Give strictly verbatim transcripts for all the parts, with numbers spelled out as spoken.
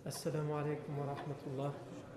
Assalamu alaikum wa rahmatullah.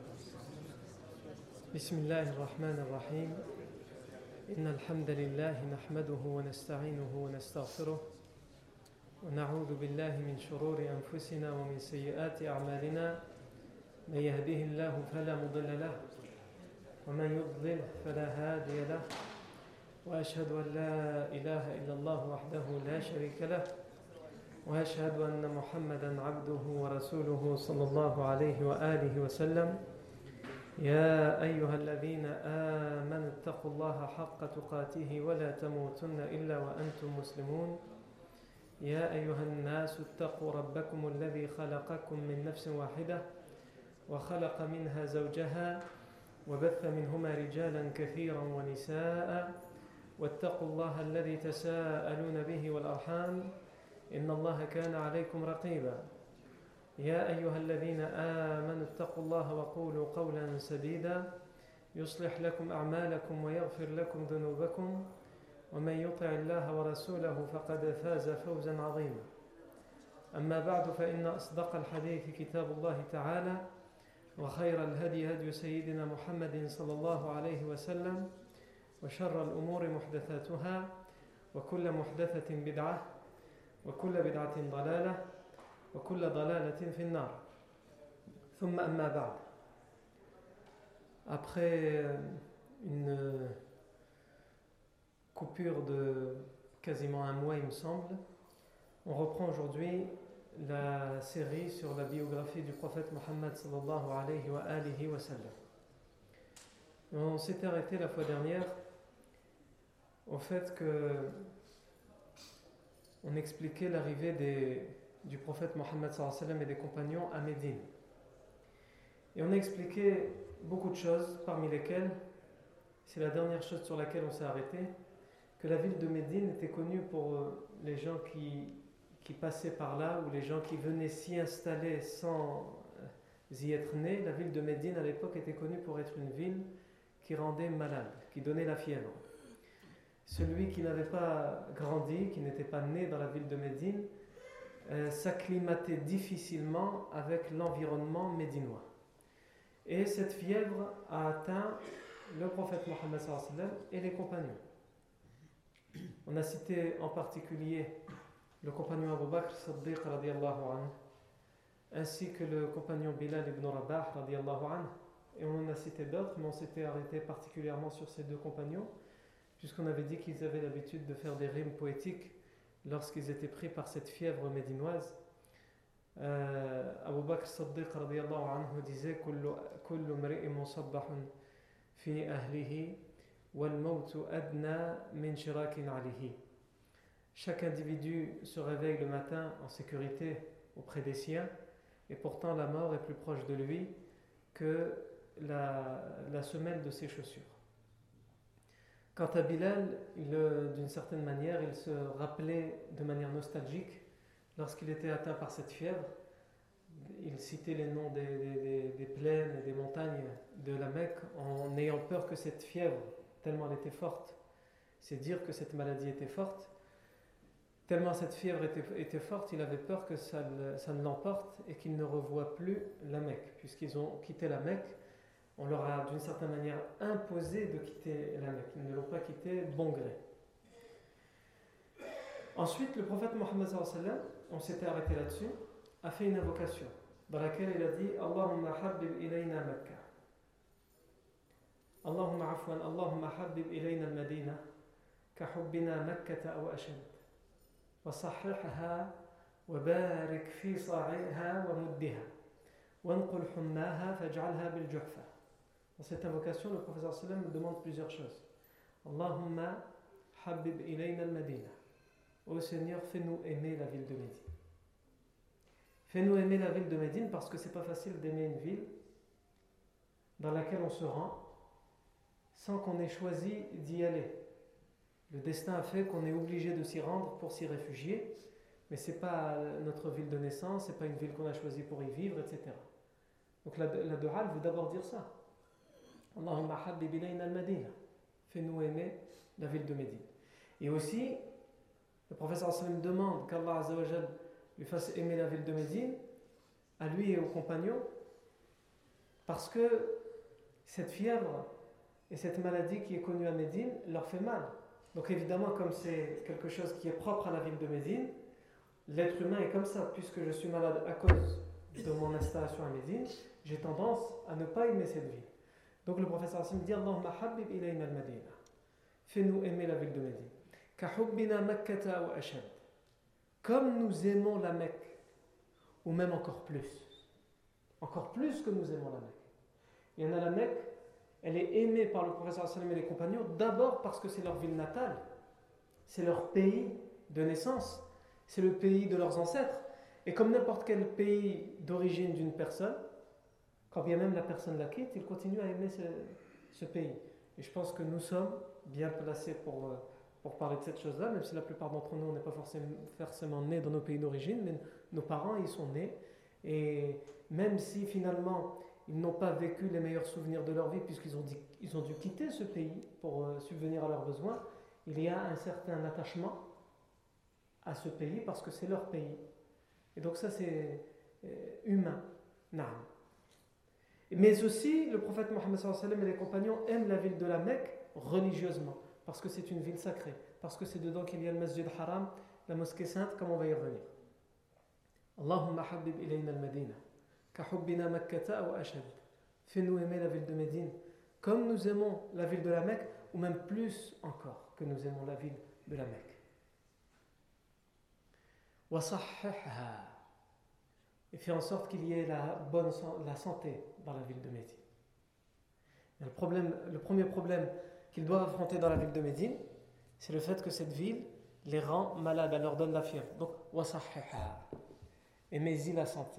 Bismillahir rahmanir rahim. Innal hamdalillah nahmaduhu wa nasta'inuhu wa nastaghfiruh wa na'udhu billahi min shururi anfusina wa min sayyiati a'malina. Man yahdihillahu fala mudilla lahu wa man yudlil fala hadiya lahu. Wa ashhadu an la ilaha illa Allah wahdahu la sharika lahu. وأشهد أن محمدًا عبده ورسوله صلى الله عليه وآله وسلم يا أيها الذين آمنوا اتقوا الله حق تقاته ولا تموتن إلا وأنتم مسلمون يا أيها الناس اتقوا ربكم الذي خلقكم من نفس واحدة وخلق منها زوجها وبث منهما رجالًا كثيرًا ونساء واتقوا الله الذي تساءلون به والأرحام إن الله كان عليكم رقيبا يا أيها الذين آمنوا اتقوا الله وقولوا قولا سديدا يصلح لكم أعمالكم ويغفر لكم ذنوبكم ومن يطع الله ورسوله فقد فاز فوزا عظيما أما بعد فإن أصدق الحديث كتاب الله تعالى وخير الهدي هدي سيدنا محمد صلى الله عليه وسلم وشر الأمور محدثاتها وكل محدثة بدعة وكل بدعة ضلالة وكل ضلالة في النار ثم أما بعد. Après une coupure de quasiment un mois il me semble, on reprend aujourd'hui la série sur la biographie du prophète Mohammed sallallahu alayhi wa alihi wa sallam. On s'était arrêté la fois dernière au fait que on expliquait l'arrivée des, du prophète Mohammed sallallahu alayhi wa sallam et des compagnons à Médine. Et on a expliqué beaucoup de choses, parmi lesquelles, c'est la dernière chose sur laquelle on s'est arrêté, que la ville de Médine était connue pour les gens qui, qui passaient par là, ou les gens qui venaient s'y installer sans y être nés. La ville de Médine à l'époque était connue pour être une ville qui rendait malade, qui donnait la fièvre. Celui qui n'avait pas grandi, qui n'était pas né dans la ville de Médine, euh, s'acclimatait difficilement avec l'environnement médinois. Et cette fièvre a atteint le prophète Mohammed sallallahu alayhi wa sallam et les compagnons. On a cité en particulier le compagnon Abu Bakr Siddiq radiyallahu anhu, ainsi que le compagnon Bilal ibn Rabah radiyallahu anhu, et on en a cité d'autres, mais on s'était arrêté particulièrement sur ces deux compagnons, puisqu'on avait dit qu'ils avaient l'habitude de faire des rimes poétiques lorsqu'ils étaient pris par cette fièvre médinoise. Euh, Abu Bakr Siddiq radiyallahu anhu disait kullu mri'in musabbahun fi ahlihi wal mawtu adna min shirakin alihi. Chaque individu se réveille le matin en sécurité auprès des siens, et pourtant la mort est plus proche de lui que la, la semelle de ses chaussures. Quant à Bilal, il, d'une certaine manière, il se rappelait de manière nostalgique, lorsqu'il était atteint par cette fièvre, il citait les noms des, des, des plaines et des montagnes de la Mecque en ayant peur que cette fièvre, tellement elle était forte, c'est dire que cette maladie était forte, tellement cette fièvre était, était forte, il avait peur que ça, ça ne l'emporte et qu'il ne revoie plus la Mecque, puisqu'ils ont quitté la Mecque. On leur a d'une certaine manière imposé de quitter la Mecque. Ils ne l'ont pas quitté de bon gré. Ensuite, le prophète Mohammed sallallahu alayhi wa sallam, on s'était arrêté là-dessus, a fait une invocation dans laquelle il a dit Allahumma habib ilayna Makkah. Allahumma afwan, Allahumma habib ilayna al-Madina ka hubbina Makkata aw ashad. Wa sahhihha wa barik fi sa'iha wa muddiha. Wa anqul hummaha faj'alha bil juhfa. Dans cette invocation, le prophète sallallahu alayhi wa sallam demande plusieurs choses. Allahumma habib ilayna al-Madina. Ô Seigneur, fais-nous aimer la ville de Médine. Fais-nous aimer la ville de Médine parce que c'est pas facile d'aimer une ville dans laquelle on se rend sans qu'on ait choisi d'y aller. Le destin a fait qu'on est obligé de s'y rendre pour s'y réfugier, mais c'est pas notre ville de naissance, c'est pas une ville qu'on a choisie pour y vivre, et cetera. Donc la, la dua, elle veut d'abord dire ça. Allahumma habib ilayna al-Madina. Fais-nous aimer la ville de Médine. Et aussi, le prophète sallallahu alayhi wa sallam demande qu'Allah azza wa jal lui fasse aimer la ville de Médine à lui et aux compagnons, parce que cette fièvre et cette maladie qui est connue à Médine leur fait mal. Donc évidemment, comme c'est quelque chose qui est propre à la ville de Médine, l'être humain est comme ça. Puisque je suis malade à cause de mon installation à Médine, j'ai tendance à ne pas aimer cette ville. Donc le professeur Hassan dit Allahumma habib ilayna al-Madina, fais-nous aimer la ville de Médine. Ka hubbina Makkata wa ashad, comme nous aimons la Mecque, ou même encore plus. Encore plus que nous aimons la Mecque. Il y en a la Mecque, elle est aimée par le professeur Hassan et les compagnons, d'abord parce que c'est leur ville natale, c'est leur pays de naissance, c'est le pays de leurs ancêtres. Et comme n'importe quel pays d'origine d'une personne, quand bien même la personne la quitte, il continue à aimer ce, ce pays. Et je pense que nous sommes bien placés pour, pour parler de cette chose-là, même si la plupart d'entre nous, on n'est pas forcément, forcément nés dans nos pays d'origine, mais nos parents, ils sont nés. Et même si finalement, ils n'ont pas vécu les meilleurs souvenirs de leur vie, puisqu'ils ont, dit, ils ont dû quitter ce pays pour euh, subvenir à leurs besoins, il y a un certain attachement à ce pays parce que c'est leur pays. Et donc ça, c'est euh, humain. Naam. Mais aussi, le prophète Mohammed sallallahu alayhi wa sallam et les compagnons aiment la ville de la Mecque religieusement, parce que c'est une ville sacrée, parce que c'est dedans qu'il y a le Masjid Haram, la mosquée sainte, comme on va y revenir. Allahumma habib ilayna al-Madina, ka hubbina Makkata wa ashad. Fais-nous aimer la ville de Médine, comme nous aimons la ville de la Mecque, ou même plus encore que nous aimons la ville de la Mecque. Wa sahhihha, et fait en sorte qu'il y ait la bonne la santé dans la ville de Médine. Le, problème, le premier problème qu'ils doivent affronter dans la ville de Médine, c'est le fait que cette ville les rend malades, elle leur donne la fièvre. Donc, wasahhiha, aimez-y la santé.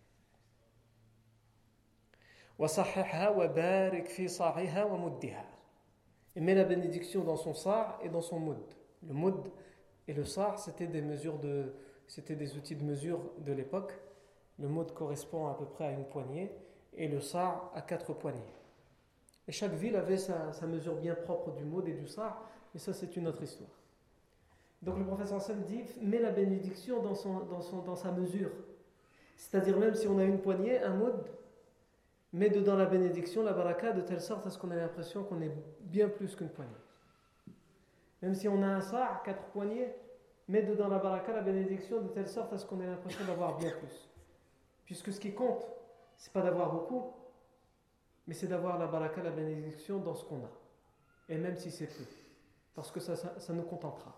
Wasahhiha wa barik fi sa'iha wa muddiha. Aimez la bénédiction dans son sa' et dans son moud. Le moud et le sa' c'était des mesures de, c'était des outils de mesure de l'époque. Le moud correspond à peu près à une poignée et le sa' à quatre poignées. Et chaque ville avait sa, sa mesure bien propre du moud et du sa', mais ça c'est une autre histoire. Donc le professeur Hassan dit, mets la bénédiction dans, son, dans, son, dans sa mesure. C'est-à-dire même si on a une poignée, un moud, mets dedans la bénédiction, la baraka, de telle sorte à ce qu'on ait l'impression qu'on est bien plus qu'une poignée. Même si on a un sa', quatre poignées, mets dedans la baraka, la bénédiction, de telle sorte à ce qu'on ait l'impression d'avoir bien plus. Puisque ce qui compte, c'est pas d'avoir beaucoup, mais c'est d'avoir la baraka, la bénédiction dans ce qu'on a. Et même si c'est peu. Parce que ça, ça, ça nous contentera.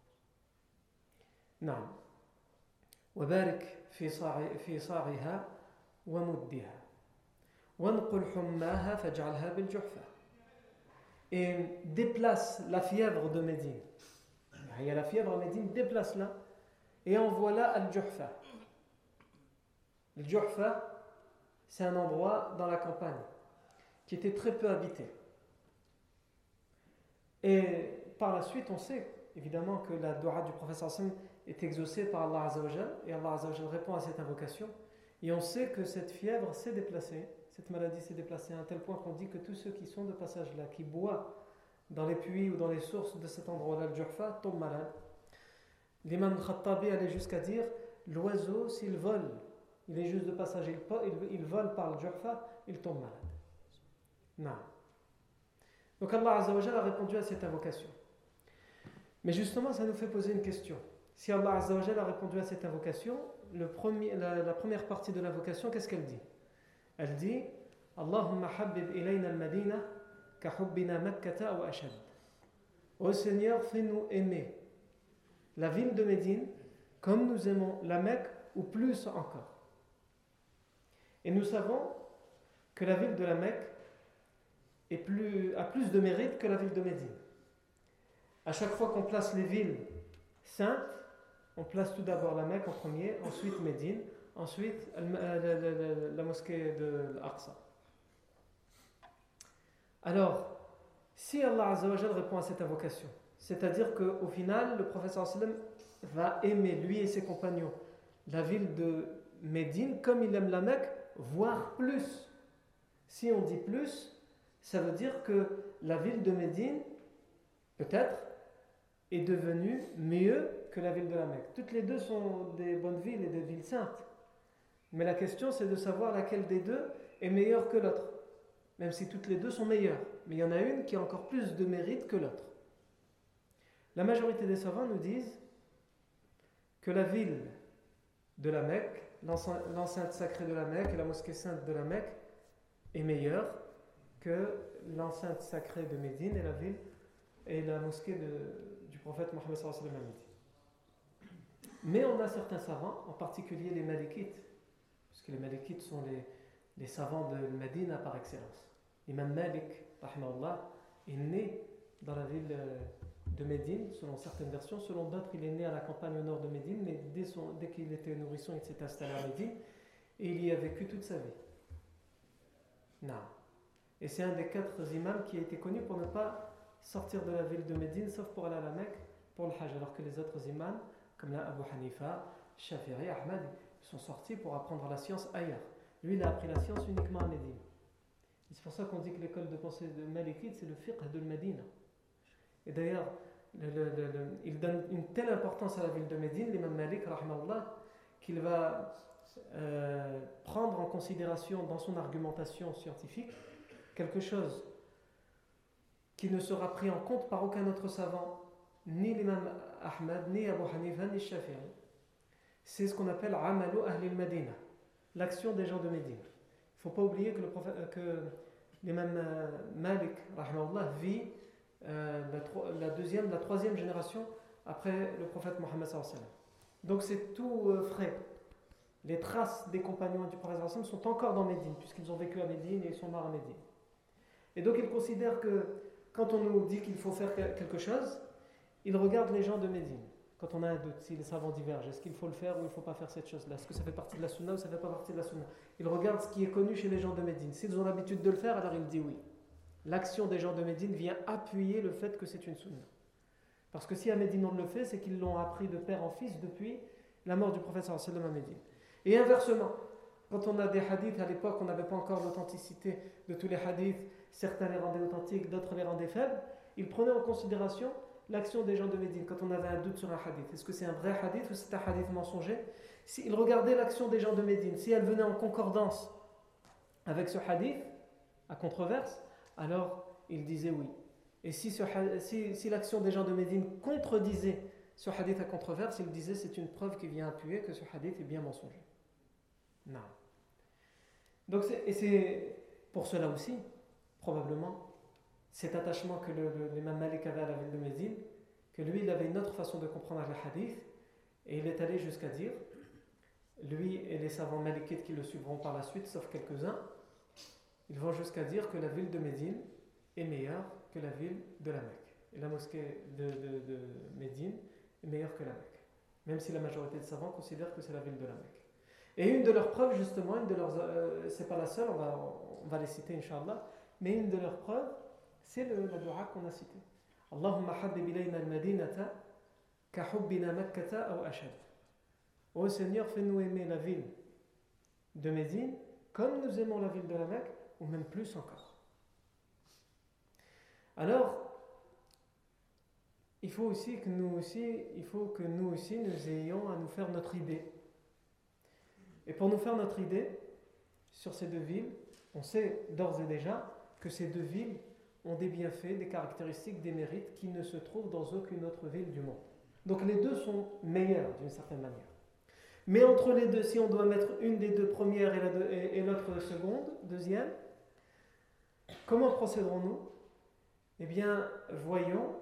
Naam. Wa barik fi sa'iha wa muddiha. Wanqul hummaha faj'alha bil juhfa. Et déplace la fièvre de Médine. Il y a la fièvre à Médine, déplace-la et envoie-la à al-Juhfa. Le Juhfa, c'est un endroit dans la campagne qui était très peu habité. Et par la suite, on sait évidemment que la dua du prophète sallallahu alayhi wa sallam est exaucée par Allah Azza wa Jal, et Allah Azza wa Jal répond à cette invocation. Et on sait que cette fièvre s'est déplacée, cette maladie s'est déplacée à un tel point qu'on dit que tous ceux qui sont de passage là, qui boivent dans les puits ou dans les sources de cet endroit-là, le Juhfa, tombent malades. L'imam Khattabi allait jusqu'à dire, l'oiseau, s'il vole, il est juste de passage, il, il, il vole par le Juhfa, il tombe malade. Non. Donc Allah Azza wa Jal a répondu à cette invocation. Mais justement, ça nous fait poser une question. Si Allah Azza wa Jal a répondu à cette invocation, le premier, la, la première partie de l'invocation, qu'est-ce qu'elle dit? Elle dit Allahumma habib ilayna al-Madina ka hubbina Makkata wa ashad. Ô Seigneur, fais-nous aimer la ville de Médine comme nous aimons la Mecque ou plus encore. Et nous savons que la ville de la Mecque est plus, a plus de mérite que la ville de Médine. À chaque fois qu'on place les villes saintes, on place tout d'abord la Mecque en premier, ensuite Médine, ensuite la, la, la, la mosquée de l'Aqsa. Alors, si Allah Azza wa Jal répond à cette invocation, c'est-à-dire qu'au final, le prophète sallallahu alayhi wa sallam va aimer, lui et ses compagnons, la ville de Médine comme il aime la Mecque, voire plus. Si on dit plus, ça veut dire que la ville de Médine, peut-être, est devenue mieux que la ville de la Mecque. Toutes les deux sont des bonnes villes et des villes saintes. Mais la question, c'est de savoir laquelle des deux est meilleure que l'autre. Même si toutes les deux sont meilleures. Mais il y en a une qui a encore plus de mérite que l'autre. La majorité des savants nous disent que la ville de la Mecque, l'enceinte sacrée de la Mecque et la mosquée sainte de la Mecque est meilleure que l'enceinte sacrée de Médine et la ville et la mosquée de, du prophète Mohammed sallallahu alayhi wa sallam. Mais on a certains savants, en particulier les Malikites, parce que les Malikites sont les, les savants de Médine par excellence. L'imam Malik, rahimahullah, est né dans la ville de Médine, selon certaines versions. Selon d'autres, il est né à la campagne au nord de Médine, mais dès, son, dès qu'il était nourrisson, il s'est installé à Médine et il y a vécu toute sa vie. Non. Et c'est un des quatre imams qui a été connu pour ne pas sortir de la ville de Médine, sauf pour aller à la Mecque, pour le Hajj, alors que les autres imams, comme là Abu Hanifa, Shafi'i, Ahmad, sont sortis pour apprendre la science ailleurs. Lui, il a appris la science uniquement à Médine. Et c'est pour ça qu'on dit que l'école de pensée de Malikite, c'est le fiqh de Médine. Et d'ailleurs, le, le, le, le, il donne une telle importance à la ville de Médine, l'imam Malik, rahimahullah, qu'il va euh, prendre en considération dans son argumentation scientifique quelque chose qui ne sera pris en compte par aucun autre savant, ni l'imam Ahmad, ni Abu Hanifa, ni Shafi'i. C'est ce qu'on appelle Amalu Ahli al-Madina, l'action des gens de Médine. Il ne faut pas oublier que, le prophète, que l'imam Malik, rahimahullah, vit euh, la, la deuxième, la troisième génération après le prophète Mohammed sallallahu alayhi wa sallam. Donc c'est tout euh, frais. Les traces des compagnons du prophète sallallahu alayhi wa sallam sont encore dans Médine, puisqu'ils ont vécu à Médine et ils sont morts à Médine. Et donc il considère que quand on nous dit qu'il faut faire quelque chose, il regarde les gens de Médine. Quand on a un doute, si les savants divergent, est-ce qu'il faut le faire ou il ne faut pas faire cette chose-là? Est-ce que ça fait partie de la sunna ou ça ne fait pas partie de la sunna? Il regarde ce qui est connu chez les gens de Médine. S'ils ont l'habitude de le faire, alors il dit oui. L'action des gens de Médine vient appuyer le fait que c'est une sunna. Parce que si à Médine on le fait, c'est qu'ils l'ont appris de père en fils depuis la mort du prophète sallallahu alayhi wa sallam à Médine. Et inversement, quand on a des hadiths, à l'époque on n'avait pas encore l'authenticité de tous les hadiths, certains les rendaient authentiques, d'autres les rendaient faibles, ils prenaient en considération l'action des gens de Médine quand on avait un doute sur un hadith. Est-ce que c'est un vrai hadith ou c'est un hadith mensonger? Si ils regardaient l'action des gens de Médine, si elle venait en concordance avec ce hadith, à controverse, alors ils disaient oui. Et si, ce, si, si l'action des gens de Médine contredisait ce hadith à controverse, ils disaient c'est une preuve qui vient appuyer que ce hadith est bien mensonger. Non. Donc c'est, et c'est pour cela aussi, probablement, cet attachement que le, le, l'imam Malik avait à la ville de Médine, que lui, il avait une autre façon de comprendre le hadith, et il est allé jusqu'à dire, lui et les savants malikites qui le suivront par la suite, sauf quelques-uns, ils vont jusqu'à dire que la ville de Médine est meilleure que la ville de la Mecque. Et la mosquée de, de, de Médine est meilleure que la Mecque. Même si la majorité des savants considèrent que c'est la ville de la Mecque. Et une de leurs preuves, justement, une de leurs, euh, c'est pas la seule, on va, on va les citer, Inch'Allah, mais une de leurs preuves, c'est le, la dua qu'on a cité. Allahumma habib ilayna al-madinata ka hubbina makkata aw ashad. Ô Seigneur, fais-nous aimer la ville de Médine comme nous aimons la ville de la Mecque, ou même plus encore. Alors, il faut aussi que nous aussi, il faut que nous aussi nous ayons à nous faire notre idée. Et pour nous faire notre idée sur ces deux villes, on sait d'ores et déjà que ces deux villes ont des bienfaits, des caractéristiques, des mérites qui ne se trouvent dans aucune autre ville du monde. Donc les deux sont meilleurs d'une certaine manière. Mais entre les deux, si on doit mettre une des deux premières et, la deux, et, et l'autre seconde, deuxième, comment procéderons-nous? Eh bien, voyons,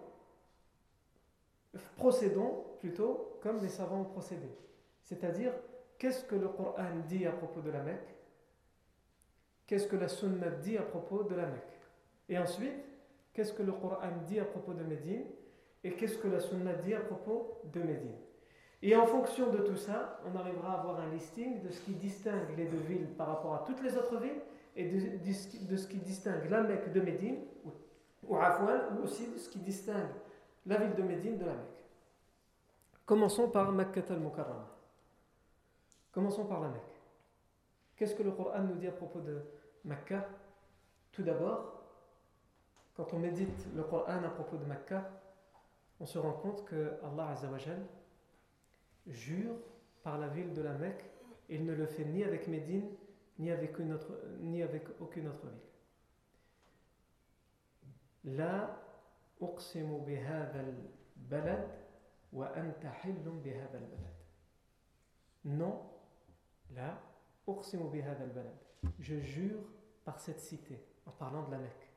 procédons plutôt comme les savants ont procédé. C'est-à-dire, qu'est-ce que le Coran dit à propos de la Mecque? Qu'est-ce que la Sunna dit à propos de la Mecque? Et ensuite, qu'est-ce que le Coran dit à propos de Médine? Et qu'est-ce que la Sunna dit à propos de Médine? Et en fonction de tout ça, on arrivera à avoir un listing de ce qui distingue les deux villes par rapport à toutes les autres villes et de, de, de ce qui distingue la Mecque de Médine, ou, ou Afouan, ou aussi de ce qui distingue la ville de Médine de la Mecque. Commençons par Makkah al-Mukarrama. Commençons par la Mecque. Qu'est-ce que le Coran nous dit à propos de Makkah? Tout d'abord, quand on médite le Coran à propos de Makkah, on se rend compte que Allah Azza wa Jal jure par la ville de la Mecque Et il ne le fait ni avec Médine, ni avec, une autre, ni avec aucune autre ville. La uqsimu bihadha al-balad wa anta hillun bihadha al-balad. Non, la uqsimu bihadha al-balad. Je jure par cette cité, en parlant de la Mecque.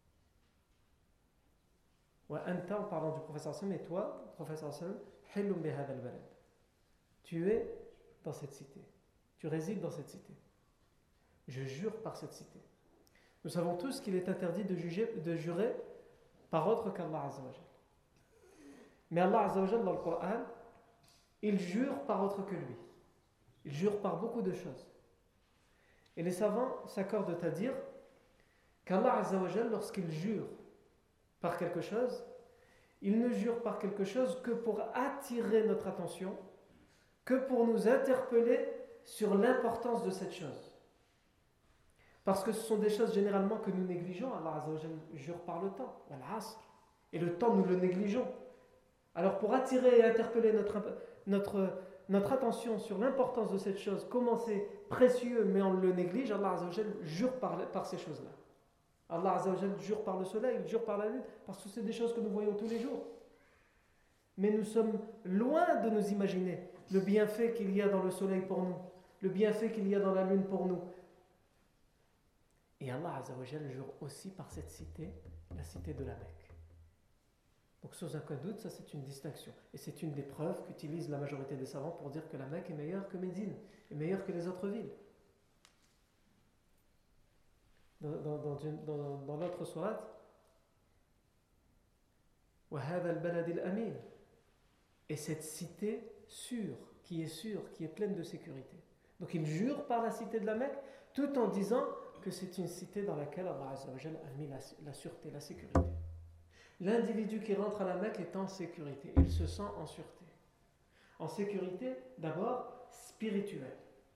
Wa anta, en parlant du professeur sallam, et toi, professeur sallam, hillun bihadha al-balad. Tu es dans cette cité. Tu résides dans cette cité. Je jure par cette cité. Nous savons tous qu'il est interdit de, juger, de jurer par autre qu'Allah Azza wa Jal. Mais Allah Azza wa Jal, dans le Coran, il jure par autre que lui. Il jure par beaucoup de choses. Et les savants s'accordent à dire qu'Allah Azza wa Jal, lorsqu'il jure par quelque chose, il ne jure par quelque chose que pour attirer notre attention, que pour nous interpeller sur l'importance de cette chose. Parce que ce sont des choses généralement que nous négligeons. Allah Azza wa Jal jure par le temps, et le temps nous le négligeons. Alors pour attirer et interpeller notre, notre, notre attention sur l'importance de cette chose, comment c'est précieux mais on le néglige, Allah Azza wa Jal jure par, par ces choses-là. Allah Azza wa Jal jure par le soleil, il jure par la lune, parce que c'est des choses que nous voyons tous les jours. Mais nous sommes loin de nous imaginer le bienfait qu'il y a dans le soleil pour nous, le bienfait qu'il y a dans la lune pour nous. Et Allah Azza wa Jal jure aussi par cette cité, la cité de la Mecque. Donc sans aucun doute, ça c'est une distinction. Et c'est une des preuves qu'utilisent la majorité des savants pour dire que la Mecque est meilleure que Médine, est meilleure que les autres villes. Dans, dans, dans, une, dans, dans l'autre sourate, وَهَذَا الْبَلَدِ الْأَمِينَ. Et cette cité sûre, qui est sûre, qui est pleine de sécurité. Donc il jure par la cité de la Mecque, tout en disant que c'est une cité dans laquelle Allah Azza wa Jal a mis la, la sûreté, la sécurité. L'individu qui rentre à la Mecque est en sécurité, il se sent en sûreté. En sécurité, d'abord, spirituelle.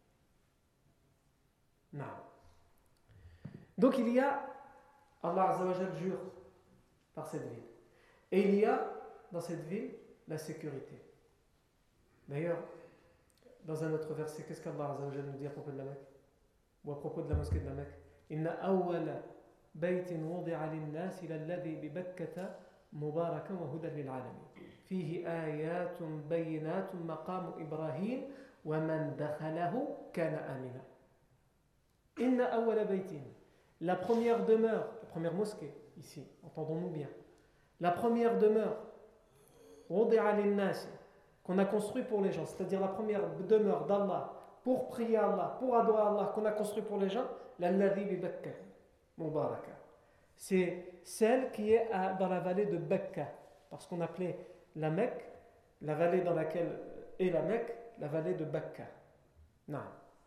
Non. Donc il y a, Allah Azza wa Jal jure par cette ville. Et il y a dans cette ville la sécurité. D'ailleurs, dans un autre verset, qu'est-ce qu'Allah Azza wa Jal nous dit à propos de la Mecque? Ou à propos de la mosquée de la Mecque? Inna awwala baytin wudi'a lin-nas alladhi bi Bakkata mubarakan wa hudan lil-alamin. Fihi ayatun bayyinatun maqamu Ibrahim wa man dakhalahu kana amina. Inna awwala baytin. La première demeure, la première mosquée ici, entendons-nous bien. La première demeure wudi'a lin-nas qu'on a construit pour les gens, c'est-à-dire la première demeure d'Allah pour prier Allah, pour adorer Allah, qu'on a construit pour les gens, l'alladhi bi Bakka mubaraka. C'est celle qui est à, dans la vallée de Bakka, parce qu'on appelait la Mecque, la vallée dans laquelle est la Mecque, la vallée de Bakka. Non.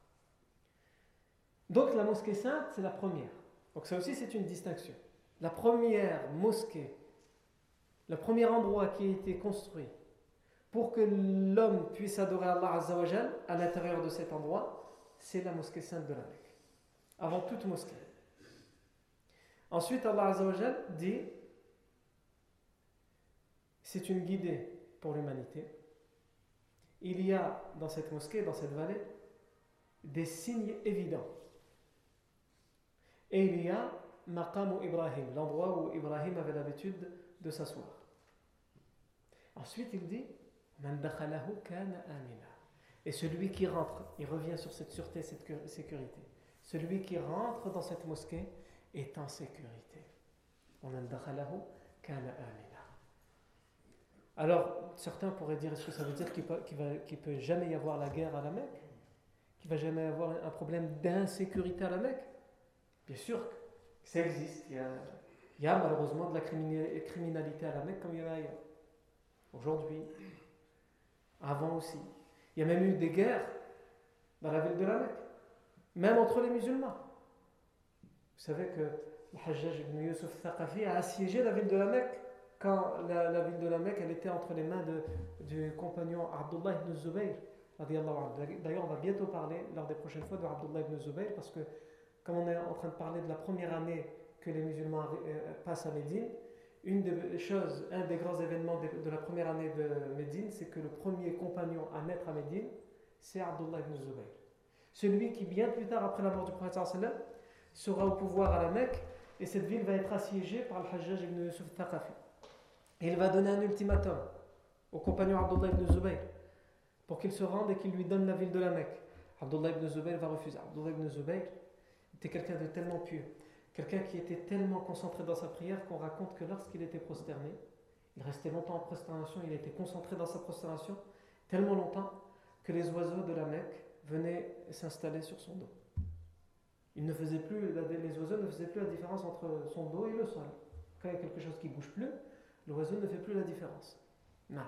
Donc la mosquée sainte, c'est la première. Donc ça aussi, c'est une distinction. La première mosquée, le premier endroit qui a été construit pour que l'homme puisse adorer Allah Azza wa Jal à l'intérieur de cet endroit, c'est la mosquée sainte de la Mecque. Avant toute mosquée. Ensuite, Allah Azza wa Jal dit, c'est une guidée pour l'humanité. Il y a dans cette mosquée, dans cette vallée, des signes évidents. Et il y a Maqamu Ibrahim, l'endroit où Ibrahim avait l'habitude de s'asseoir. Ensuite, il dit, Man dakhalahu kana amina. Et celui qui rentre, il revient sur cette sûreté, cette sécurité. Celui qui rentre dans cette mosquée est en sécurité. Man dakhalahu kana amina. Alors, certains pourraient dire, est-ce que ça veut dire qu'il ne peut jamais y avoir la guerre à la Mecque? Qu'il ne va jamais y avoir un problème d'insécurité à la Mecque? Bien sûr que ça existe. Il y a, il y a malheureusement de la criminalité à la Mecque comme il y en a ailleurs. Aujourd'hui, avant aussi. Il y a même eu des guerres dans la ville de la Mecque, même entre les musulmans. Vous savez que le Hajjaj ibn Yusuf Thaqafi a assiégé la ville de la Mecque quand la, la ville de la Mecque elle était entre les mains de, du compagnon Abdullah ibn Zubayr. D'ailleurs, on va bientôt parler lors des prochaines fois de Abdullah ibn Zubayr parce que comme on est en train de parler de la première année que les musulmans passent à Médine, une des choses, un des grands événements de, de la première année de Médine, c'est que le premier compagnon à naître à Médine, c'est Abdullah ibn Zubayr. Celui qui, bien plus tard, après la mort du prophète sallallahu alayhi wa sallam, sera au pouvoir à la Mecque, et cette ville va être assiégée par le Hajjaj ibn Yusuf al-Thaqafi. Et il va donner un ultimatum au compagnon Abdullah ibn Zubayr pour qu'il se rende et qu'il lui donne la ville de la Mecque. Abdullah ibn Zubayr va refuser. Abdullah ibn Zubayr était quelqu'un de tellement pieux, quelqu'un qui était tellement concentré dans sa prière qu'on raconte que lorsqu'il était prosterné, il restait longtemps en prosternation, il était concentré dans sa prosternation, tellement longtemps que les oiseaux de la Mecque venaient s'installer sur son dos. Il ne faisait plus, les oiseaux ne faisaient plus la différence entre son dos et le sol. Quand il y a quelque chose qui ne bouge plus, l'oiseau ne fait plus la différence. Non.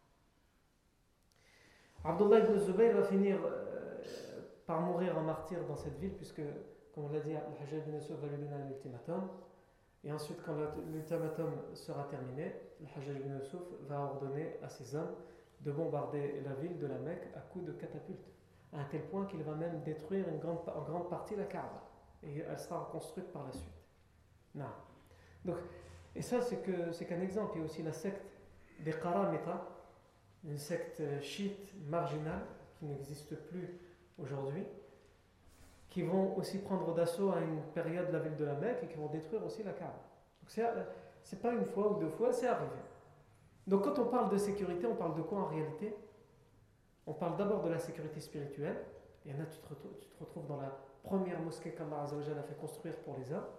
Abdullah ibn Zubayr va finir euh, par mourir en martyr dans cette ville, puisque, comme on l'a dit, le Hajjaj ibn Yusuf va lui donner un ultimatum. Et ensuite, quand l'ultimatum sera terminé, le Hajjaj ibn Yusuf va ordonner à ses hommes de bombarder la ville de la Mecque à coups de catapultes, à un tel point qu'il va même détruire une grande, en grande partie la Kaaba. Et elle sera reconstruite par la suite. Non. Donc, et ça, c'est, que, c'est qu'un exemple. Il y a aussi la secte des Qaramita, une secte chiite marginale qui n'existe plus aujourd'hui, qui vont aussi prendre d'assaut à une période la ville de la Mecque et qui vont détruire aussi la Kaaba. Donc, c'est, c'est pas une fois ou deux fois, c'est arrivé. Donc, quand on parle de sécurité, on parle de quoi en réalité? On parle d'abord de la sécurité spirituelle. Il y en a, tu te retrouves, tu te retrouves dans la première mosquée qu'Allah Azza wa Jalla a fait construire pour les hommes.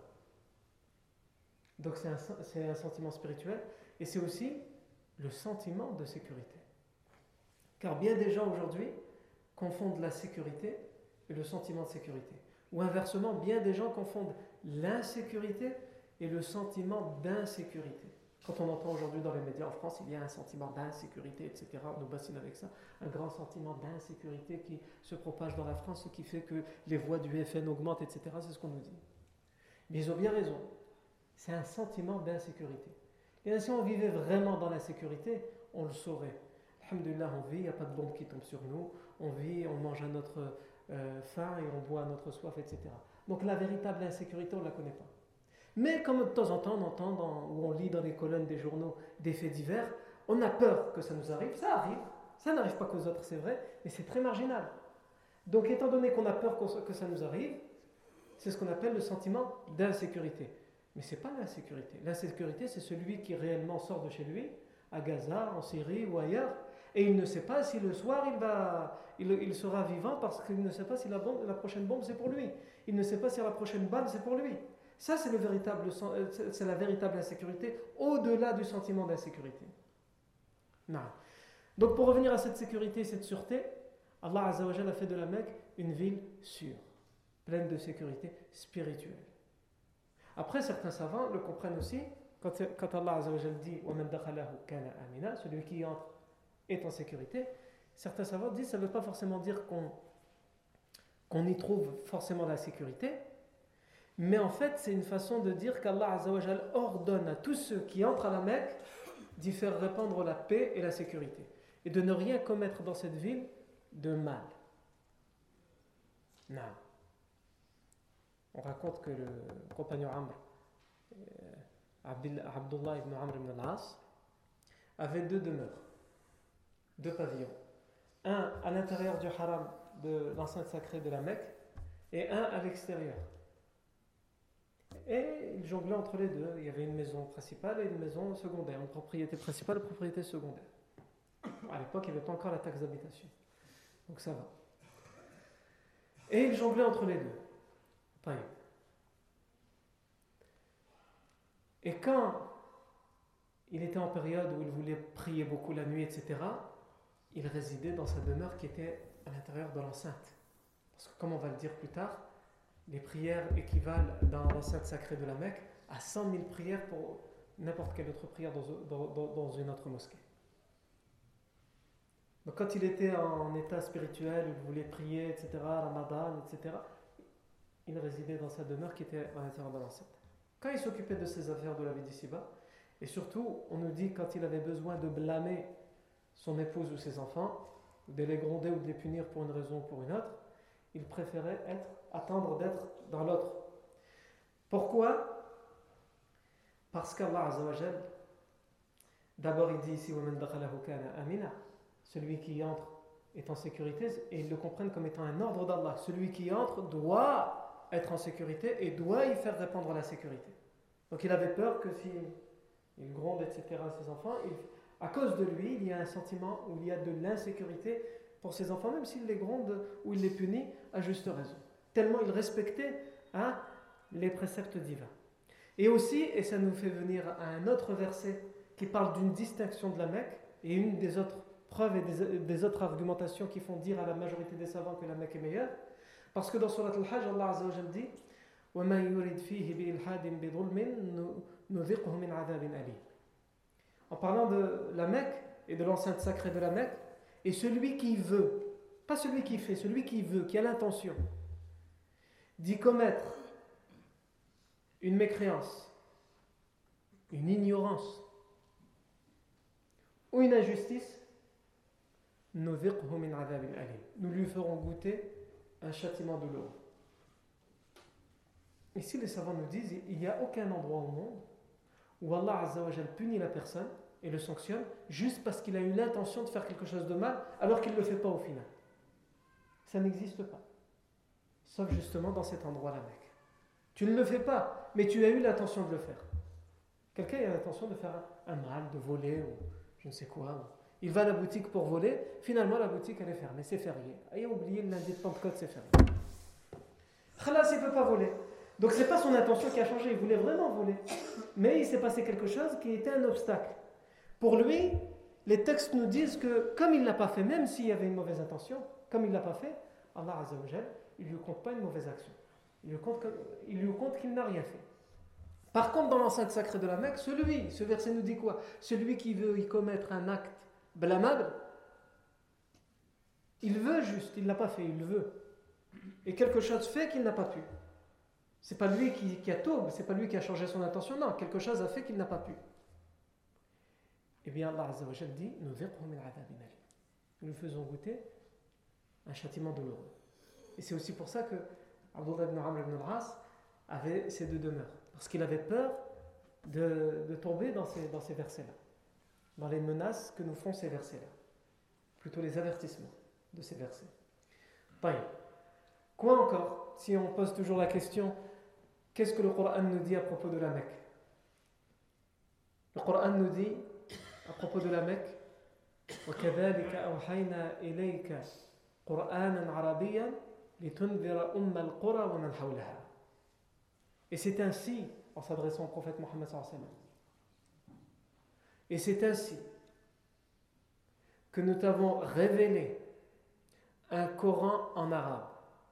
Donc c'est un, c'est un sentiment spirituel. Et c'est aussi le sentiment de sécurité. Car bien des gens aujourd'hui confondent la sécurité et le sentiment de sécurité. Ou inversement, bien des gens confondent l'insécurité et le sentiment d'insécurité. Quand on entend aujourd'hui dans les médias en France, il y a un sentiment d'insécurité, et cetera. On nous bassine avec ça. Un grand sentiment d'insécurité qui se propage dans la France, ce qui fait que les voix du F N augmentent, et cetera. C'est ce qu'on nous dit. Mais ils ont bien raison. C'est un sentiment d'insécurité. Et si on vivait vraiment dans l'insécurité, on le saurait. Alhamdulillah, on vit, il n'y a pas de bombe qui tombe sur nous. On vit, on mange à notre euh, faim et on boit à notre soif, et cetera. Donc la véritable insécurité, on ne la connaît pas. Mais comme de temps en temps on entend dans, ou on lit dans les colonnes des journaux des faits divers, on a peur que ça nous arrive, ça arrive, ça n'arrive pas qu'aux autres, c'est vrai, mais c'est très marginal. Donc étant donné qu'on a peur que ça nous arrive, c'est ce qu'on appelle le sentiment d'insécurité. Mais ce n'est pas l'insécurité. L'insécurité, c'est celui qui réellement sort de chez lui, à Gaza, en Syrie ou ailleurs, et il ne sait pas si le soir il, va, il, il sera vivant parce qu'il ne sait pas si la, bombe, la prochaine bombe c'est pour lui. Il ne sait pas si la prochaine balle c'est pour lui. Ça, c'est, le véritable, c'est la véritable insécurité, au-delà du sentiment d'insécurité. Non. Donc, pour revenir à cette sécurité, cette sûreté, Allah Azza wa Jalla a fait de la Mecque une ville sûre, pleine de sécurité spirituelle. Après, certains savants le comprennent aussi, quand, quand Allah Azza wa Jalla dit « وَمَنْ دَخَلَهُ كَانَ آمِنًا » celui qui entre est en sécurité, certains savants disent que ça ne veut pas forcément dire qu'on, qu'on y trouve forcément la sécurité, mais en fait, c'est une façon de dire qu'Allah Azza wa Jal ordonne à tous ceux qui entrent à la Mecque d'y faire répandre la paix et la sécurité. Et de ne rien commettre dans cette ville de mal. Non. On raconte que le compagnon Amr, Abdullah ibn Amr ibn al-As, avait deux demeures, deux pavillons. Un à l'intérieur du haram de l'enceinte sacrée de la Mecque et un à l'extérieur. Et il jonglait entre les deux. Il y avait une maison principale et une maison secondaire, une propriété principale et une propriété secondaire. À l'époque, il n'y avait pas encore la taxe d'habitation. Donc ça va. Et il jonglait entre les deux. Pareil. Et quand il était en période où il voulait prier beaucoup la nuit, et cetera, il résidait dans sa demeure qui était à l'intérieur de l'enceinte. Parce que, comme on va le dire plus tard, les prières équivalent dans l'enceinte sacrée de la Mecque à cent mille prières pour n'importe quelle autre prière dans, dans, dans une autre mosquée. Donc quand il était en état spirituel, il voulait prier, et cetera, Ramadan, et cetera, il résidait dans sa demeure qui était à l'intérieur de l'enceinte. Quand il s'occupait de ses affaires de la vie d'ici-bas, et surtout, on nous dit quand il avait besoin de blâmer son épouse ou ses enfants, de les gronder ou de les punir pour une raison ou pour une autre, il préférait être, attendre d'être dans l'autre. Pourquoi? Parce qu'Allah Azza wa Jal, d'abord il dit ici وَمَنْ دَخَلَهُ كَانَ آمِنًا, celui qui entre est en sécurité et ils le comprennent comme étant un ordre d'Allah. Celui qui entre doit être en sécurité et doit y faire répandre la sécurité. Donc il avait peur que si il gronde, et cetera, ses enfants, il, à cause de lui, il y a un sentiment où il y a de l'insécurité pour ses enfants, même s'il les gronde ou il les punit à juste raison. Tellement il respectait hein, les préceptes divins. Et aussi, et ça nous fait venir à un autre verset qui parle d'une distinction de la Mecque, et une des autres preuves et des, des autres argumentations qui font dire à la majorité des savants que la Mecque est meilleure, parce que dans Surat Al-Hajj, Allah Azza wa Jalla dit وَمَنْ يُرِدْ فِيهِ بِإِلْحَادٍ بِظُلْمٍ نُذِقْهُ مِنْ عَذَابٍ أَلِيمٍ. En parlant de la Mecque et de l'enceinte sacrée de la Mecque, et celui qui veut, pas celui qui fait, celui qui veut, qui a l'intention d'y commettre une mécréance, une ignorance ou une injustice, nous lui ferons goûter un châtiment douloureux. Ici, les savants nous disent il n'y a aucun endroit au monde où Allah Azza wa Jal punit la personne et le sanctionne juste parce qu'il a eu l'intention de faire quelque chose de mal alors qu'il ne le fait pas au final. Ça n'existe pas. Sauf justement dans cet endroit-là, mec. Tu ne le fais pas, mais tu as eu l'intention de le faire. Quelqu'un a l'intention de faire un mal, de voler ou je ne sais quoi. Il va à la boutique pour voler, finalement la boutique elle est fermée, c'est férié. Il a oublié le lundi de Pentecôte, c'est férié. Khalas, il ne peut pas voler. Donc ce n'est pas son intention qui a changé, il voulait vraiment voler. Mais il s'est passé quelque chose qui était un obstacle. Pour lui, les textes nous disent que comme il ne l'a pas fait, même s'il y avait une mauvaise intention, comme il ne l'a pas fait, Allah Azza wa Jal, il ne lui compte pas une mauvaise action. Il lui compte, il lui compte qu'il n'a rien fait. Par contre, dans l'enceinte sacrée de la Mecque, celui, ce verset nous dit quoi? Celui qui veut y commettre un acte blâmable, il veut juste, il ne l'a pas fait, il le veut. Et quelque chose fait qu'il n'a pas pu. C'est pas lui qui, qui a taube, c'est pas lui qui a changé son intention, non, quelque chose a fait qu'il n'a pas pu. Eh bien, Allah Azza wa Jal dit nous lui faisons goûter un châtiment douloureux. Et c'est aussi pour ça que Abdullah ibn Amr ibn al-As avait ces deux demeures. Parce qu'il avait peur de, de tomber dans ces, dans ces versets-là. Dans les menaces que nous font ces versets-là. Plutôt les avertissements de ces versets. Taïb. Quoi encore, si on pose toujours la question, qu'est-ce que le Coran nous dit à propos de la Mecque? Le Coran nous dit à propos de la Mecque وَكَذَلِكَ أَوْحَيْنَا إِلَيْكَ قُرْآنًا عَرَبِيًّا لِتُنذِرَ أُمَّ الْقُرَى وَمَنْ حَوْلَهَا. Et c'est ainsi, en s'adressant au prophète Mohammed sallallahu alayhi wa sallam, et c'est ainsi que nous t'avons révélé un Coran en arabe.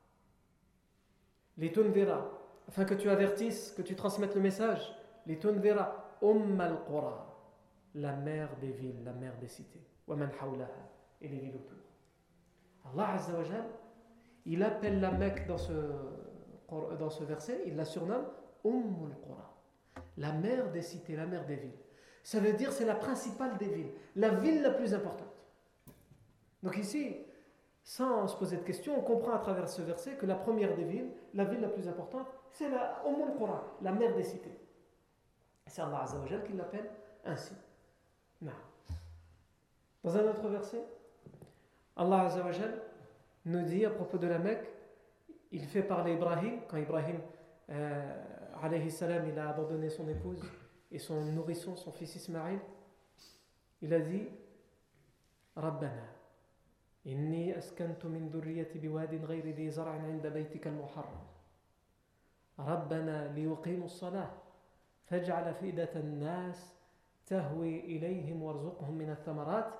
Les tunvira, afin que tu avertisses, que tu transmettes le message. Les tunvira, umm al-qura, la mère des villes, la mère des cités. Wa man hawlaha, et les villes autour. Allah Azza wa Jal, il appelle la Mecque dans ce, dans ce verset, il la surnomme Umm al-Qura, la mère des cités, la mère des villes. Ça veut dire c'est la principale des villes, la ville la plus importante. Donc ici, sans se poser de questions, on comprend à travers ce verset que la première des villes, la ville la plus importante, c'est la Umm al-Qura, la mère des cités. C'est Allah Azza wa Jal qui l'appelle ainsi. Non. Dans un autre verset, Allah Azza wa Jal nous dit à propos de la Mecque, il fait parler Ibrahim, quand Ibrahim euh, alayhi salam, il a abandonné son épouse et son nourrisson, son fils Ismaïl, il a dit Rabbana inni askantu min dhurriyyati biwadin ghayri dhi zar'in 'inda baytika al-muharram Rabbana liyuqimu as-salah faj'al afidatan an-nas tahwi ilayhim warzuqhum min ath-thamarat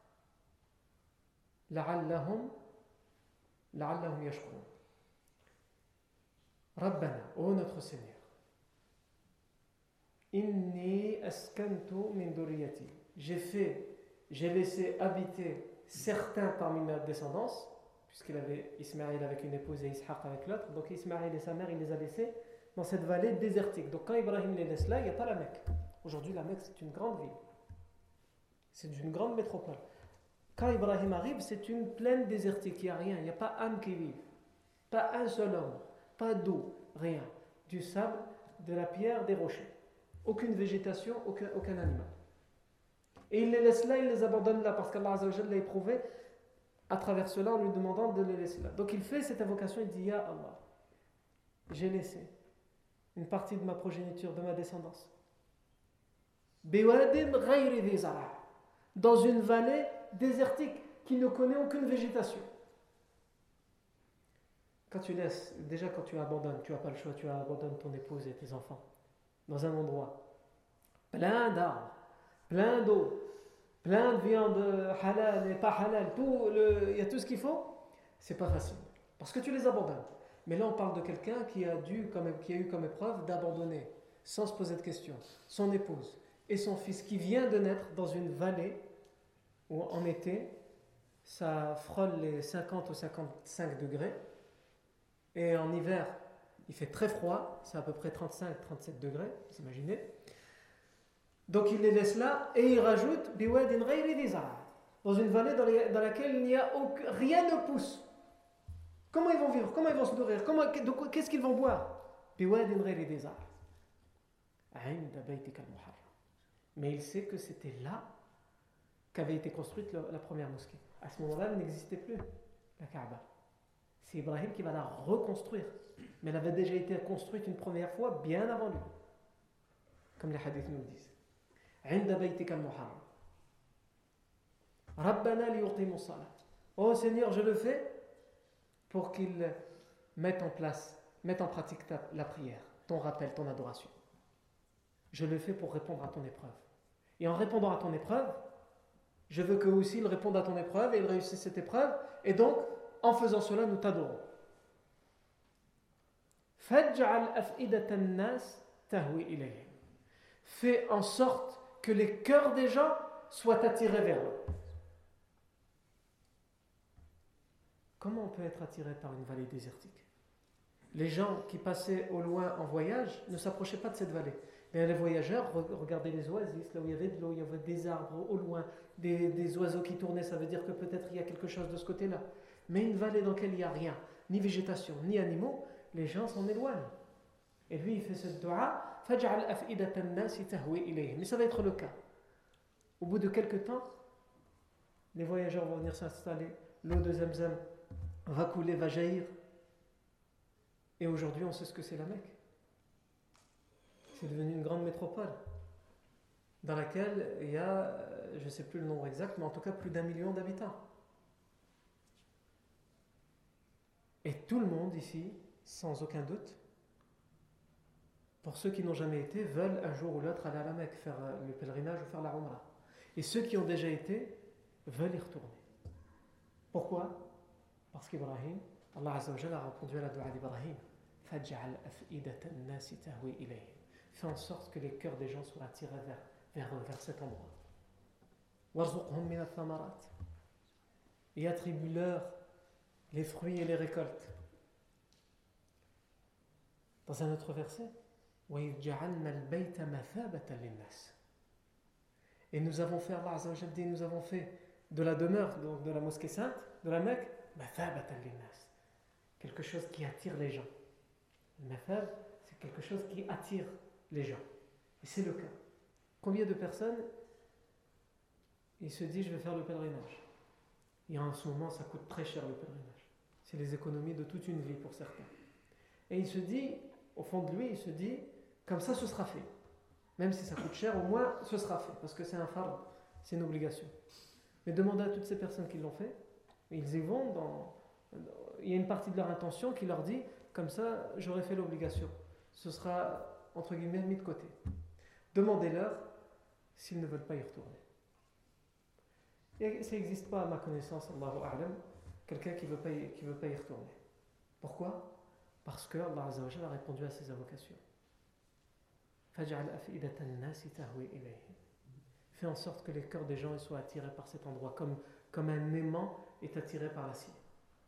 la'allahum la'allahum yashkurun. Rabbana, ô notre Seigneur, inni askantu min dhurriyyati, j'ai fait, j'ai laissé habiter certains parmi ma descendance, puisqu'il avait Ismaïl avec une épouse et Ishaq avec l'autre, donc Ismaïl et sa mère, il les a laissés dans cette vallée désertique. Donc quand Ibrahim les laisse là, il n'y a pas la Mecque. Aujourd'hui, la Mecque, c'est une grande ville. C'est une grande métropole. Quand Ibrahim arrive, c'est une plaine désertique, il n'y a rien, il n'y a pas âme qui vive, pas un seul homme, pas d'eau, rien. Du sable, de la pierre, des rochers. Aucune végétation, aucun, aucun animal. Et il les laisse là, il les abandonne là, parce qu'Allah Azza wa Jalla l'a éprouvé à travers cela en lui demandant de les laisser là. Donc il fait cette invocation, il dit Ya Allah, j'ai laissé une partie de ma progéniture, de ma descendance, Biwadin ghayri dhi zara', dans une vallée désertique qui ne connaît aucune végétation. Quand tu laisses, déjà quand tu abandonnes, tu n'as pas le choix, tu abandonnes ton épouse et tes enfants dans un endroit plein d'arbres, plein d'eau, plein de viande halal et pas halal, tout le, il y a tout ce qu'il faut, c'est pas facile parce que tu les abandonnes. Mais là on parle de quelqu'un qui a, dû, comme, qui a eu comme épreuve d'abandonner sans se poser de questions son épouse et son fils qui vient de naître dans une vallée où en été ça frôle les cinquante ou cinquante-cinq degrés. Et en hiver, il fait très froid, c'est à peu près trente-cinq à trente-sept degrés, vous imaginez. Donc il les laisse là et il rajoute Biwadin ghayri dhi zara', dans une vallée dans, les, dans laquelle il n'y a aucun, rien ne pousse. Comment ils vont vivre? Comment ils vont se nourrir? Comment, qu'est-ce qu'ils vont boire? Biwadin ghayri dhi zara', 'inda baytika al-muharram. Mais il sait que c'était là qu'avait été construite la, la première mosquée. À ce moment-là, elle n'existait plus, la Kaaba. C'est Ibrahim qui va la reconstruire. Mais elle avait déjà été construite une première fois bien avant lui. Comme les hadiths nous le disent. عند بيتك المحرم. ربنا ليقيموا الصلاة. Oh Seigneur, je le fais pour qu'ils mettent en place, mettent en pratique ta, la prière, ton rappel, ton adoration. Je le fais pour répondre à ton épreuve. Et en répondant à ton épreuve, je veux qu'eux aussi ils répondent à ton épreuve et ils réussissent cette épreuve. Et donc, en faisant cela, nous t'adorons. فَاجْعَلْ أَفْئِدَةَ النَّاسِ تَهْوِي إِلَيْهِمْ. Fais en sorte que les cœurs des gens soient attirés vers eux. Comment on peut être attiré par une vallée désertique? Les gens qui passaient au loin en voyage ne s'approchaient pas de cette vallée. Mais les voyageurs regardaient les oasis, là où il y avait de l'eau, il y avait des arbres au loin, des, des oiseaux qui tournaient, ça veut dire que peut-être il y a quelque chose de ce côté-là. Mais une vallée dans laquelle il n'y a rien, ni végétation, ni animaux, les gens s'en éloignent. Et lui, il fait ce dua, فَجْعَلْ أَفْئِدَةَ النَّاسِ تَهْوِي إِلَيْهِ. Mais ça va être le cas. Au bout de quelques temps, les voyageurs vont venir s'installer, l'eau de Zamzam va couler, va jaillir. Et aujourd'hui, on sait ce que c'est la Mecque. C'est devenu une grande métropole dans laquelle il y a, je ne sais plus le nombre exact, mais en tout cas plus d'un million d'habitants. Et tout le monde ici, sans aucun doute, pour ceux qui n'ont jamais été, veulent un jour ou l'autre aller à la Mecque, faire le pèlerinage ou faire la Umrah. Et ceux qui ont déjà été, veulent y retourner. Pourquoi? Parce qu'Ibrahim, Allah Azza wa Jalla a répondu à la dua d'Ibrahim. فَجْعَلْ أَفْئِدَةَ النَّاسِ تَهْوِي إِلَيْهِ. Fais en sorte que les cœurs des gens soient attirés vers, vers, vers cet endroit. وَارْزُقْهُمْ مِنَ الثَّمَرَاتِ. Et attribue-leur les fruits et les récoltes. Dans un autre verset, وَإِذْ جَعَلْنَا الْبَيْتَ مَثَابَةً لِلنَّاسِ. Et nous avons fait, Allah Azza wa Jalla dit, nous avons fait de la demeure, donc de la mosquée sainte, de la Mecque, مَثَابَةً لِلنَّاسِ. Quelque chose qui attire les gens. Le mathab, c'est quelque chose qui attire les gens. Et c'est le cas. Combien de personnes, il se dit, je vais faire le pèlerinage. Et en ce moment, ça coûte très cher le pèlerinage. C'est les économies de toute une vie pour certains. Et il se dit, au fond de lui, il se dit, comme ça, ce sera fait. Même si ça coûte cher, au moins, ce sera fait. Parce que c'est un fard, c'est une obligation. Mais demandez à toutes ces personnes qui l'ont fait, ils y vont dans... Il y a une partie de leur intention qui leur dit, comme ça, j'aurai fait l'obligation. Ce sera, entre guillemets, mis de côté. Demandez-leur s'ils ne veulent pas y retourner. Et ça n'existe pas, à ma connaissance, Allahu A'lam, quelqu'un qui ne veut pas y, qui veut pas y retourner. Pourquoi? Parce que Allah Azza wa Jalla a répondu à ses invocations. فَجْعَلْ أَفْئِدَةَ النَّاسِ تَهْوِي إِلَيْهِ. Fais en sorte que les cœurs des gens soient attirés par cet endroit, comme, comme un aimant est attiré par la cire.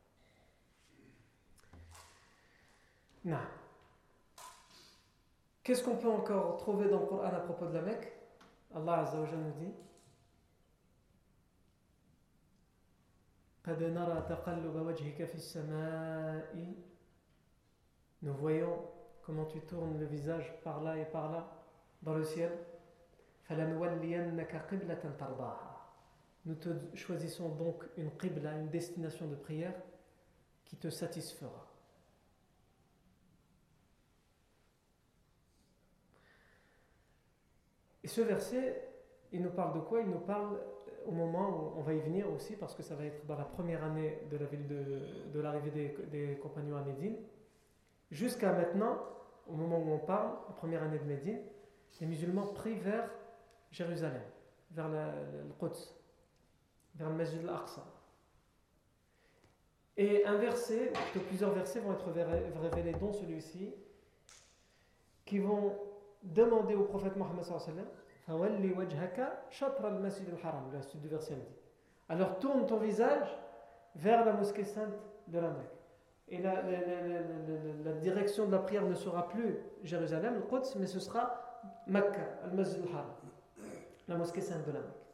Non. Qu'est-ce qu'on peut encore trouver dans le Coran à propos de la Mecque? Allah Azza wa Jalla nous dit قَدْ نَرَى تَقَلُّبَ وَجْهِكَ فِي السَّمَاءِ. Nous voyons comment tu tournes le visage par là et par là dans le ciel. فَلَنُوَلِّيَنَّكَ قِبْلَةً تَرْضَاهَا. nous te choisissons donc une qibla, une destination de prière qui te satisfera. Et ce verset, il nous parle de quoi? Il nous parle au moment où on va y venir aussi, parce que ça va être dans la première année de la ville de, de l'arrivée des, des compagnons à Médine. Jusqu'à maintenant, au moment où on parle, la première année de Médine, les musulmans prient vers Jérusalem, vers le, le Quds, vers le Masjid al-Aqsa. Et un verset, que plusieurs versets vont être révélés, dont celui-ci, qui vont demander au prophète Mohammed sallallahu alayhi wa sallam, Fawalli wajhaka shatra al-masjid al-haram, la suite du verset elle dit. Alors tourne ton visage vers la mosquée sainte de la Mecque. Et la, la, la, la, la, la direction de la prière ne sera plus Jérusalem, le Quds, mais ce sera Mecca, al-masjid al-haram, la mosquée sainte de la Mecque.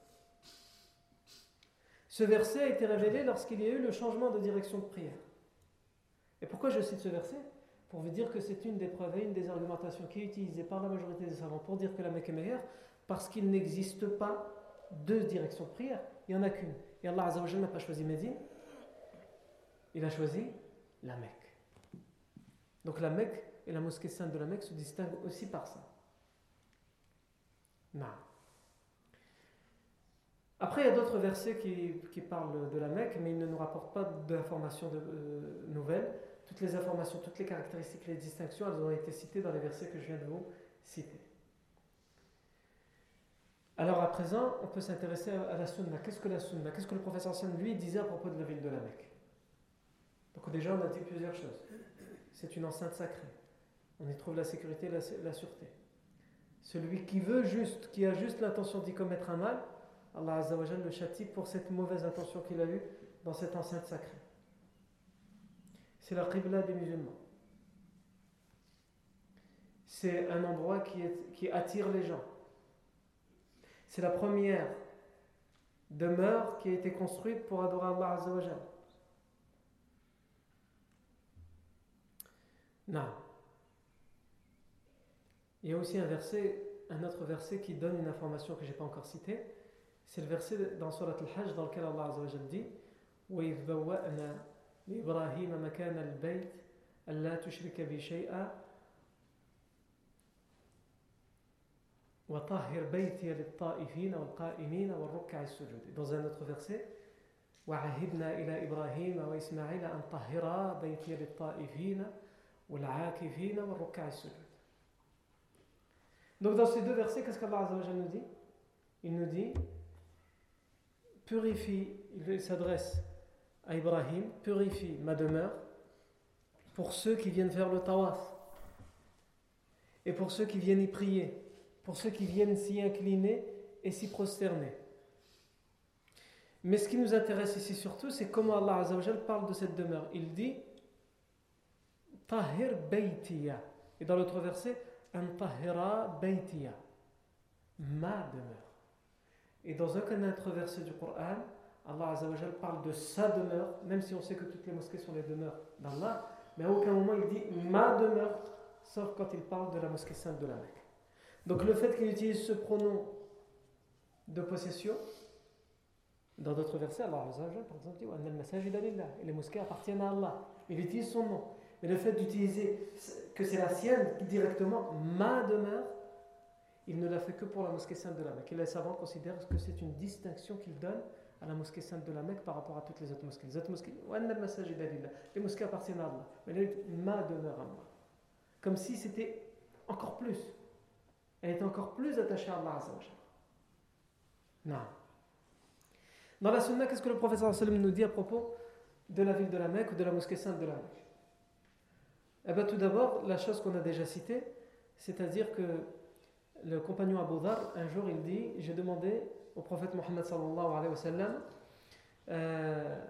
Ce verset a été révélé lorsqu'il y a eu le changement de direction de prière. Et pourquoi je cite ce verset? Pour vous dire que c'est une des preuves et une des argumentations qui est utilisée par la majorité des savants pour dire que la Mecque est meilleure, parce qu'il n'existe pas deux directions de prière, il n'y en a qu'une. Et Allah Azza wa Jalla n'a pas choisi Médine, il a choisi la Mecque. Donc la Mecque et la mosquée sainte de la Mecque se distinguent aussi par ça. Non. Après, il y a d'autres versets qui, qui parlent de la Mecque, mais ils ne nous rapportent pas d'informations de, euh, nouvelles. Toutes les informations, toutes les caractéristiques, les distinctions, elles ont été citées dans les versets que je viens de vous citer. Alors à présent, on peut s'intéresser à la sunna. Qu'est-ce que la sunna? Qu'est-ce que le professeur Hassan lui disait à propos de la ville de la Mecque? Donc déjà, on a dit plusieurs choses. C'est une enceinte sacrée. On y trouve la sécurité et la, la sûreté. Celui qui veut juste, qui a juste l'intention d'y commettre un mal, Allah Azza wa Jalla le châtie pour cette mauvaise intention qu'il a eue dans cette enceinte sacrée. C'est la qibla des musulmans. C'est un endroit qui, est, qui attire les gens. C'est la première demeure qui a été construite pour adorer Allah Azza wa Jalla. Non. Il y a aussi un verset, un autre verset qui donne une information que je n'ai pas encore citée. C'est le verset dans Surat Al-Hajj dans lequel Allah Azza wa Jalla dit وَإِذْ بَوَّأْنَا لِإِبْرَاهِيمَ مَكَانَ الْبَيْتِ أَلَّا تُشْرِكَ بِي شَيْئًا وَطَهِّرْ بَيْتِيَ لِلطَّائِفِينَ وَالْقَائِمِينَ وَالرُّكَّعِ السُّجُودِ. Dans un autre verset وَعَهِدْنَا إِلَى إِبْرَاهِيمَ وَإِسْمَاعِيلَ أَنْ طَهِّرَا بَيْتِيَ لِلطَّائِفِينَ وَالْعَاكِفِينَ وَالرُّكَّعِ السُّجُودِ. Donc dans ces deux versets, qu'est-ce qu'Allah Azza wa Jalla nous dit? Il nous dit purifie, il s'adresse à Ibrahim, purifie ma demeure pour ceux qui viennent faire le tawaf et pour ceux qui viennent y prier, pour ceux qui viennent s'y incliner et s'y prosterner. Mais ce qui nous intéresse ici surtout, c'est comment Allah Azza wa Jalla parle de cette demeure. Il dit Tahir baytiya, et dans l'autre verset An tahira baytiya, ma demeure. Et dans aucun autre verset du Coran, Allah Azza wa Jalla parle de sa demeure, même si on sait que toutes les mosquées sont les demeures d'Allah, mais à aucun moment il dit ma demeure, sauf quand il parle de la mosquée sainte de la Mecque. Donc le fait qu'il utilise ce pronom de possession, dans d'autres versets, Allah Azza wa Jalla par exemple dit Wa annal masajida lillah, et les mosquées appartiennent à Allah. Il utilise son nom. Mais le fait d'utiliser que c'est la sienne directement, ma demeure, il ne l'a fait que pour la mosquée sainte de la Mecque. Et les savants considèrent que c'est une distinction qu'il donne à la mosquée sainte de la Mecque par rapport à toutes les autres mosquées. Les autres mosquées, les mosquées appartiennent à Allah. Mais elle est ma demeure à moi. Comme si c'était encore plus. Elle était encore plus attachée à Allah Azza wa Jalla. Non. Dans la sunna, qu'est-ce que le prophète sallallahu alayhi wa sallam nous dit à propos de la ville de la Mecque ou de la mosquée sainte de la Mecque? Eh bien, tout d'abord, la chose qu'on a déjà citée, c'est-à-dire que le compagnon Abu Dharr, un jour, il dit, j'ai demandé au prophète Mohammed sallallahu alayhi wa sallam, euh,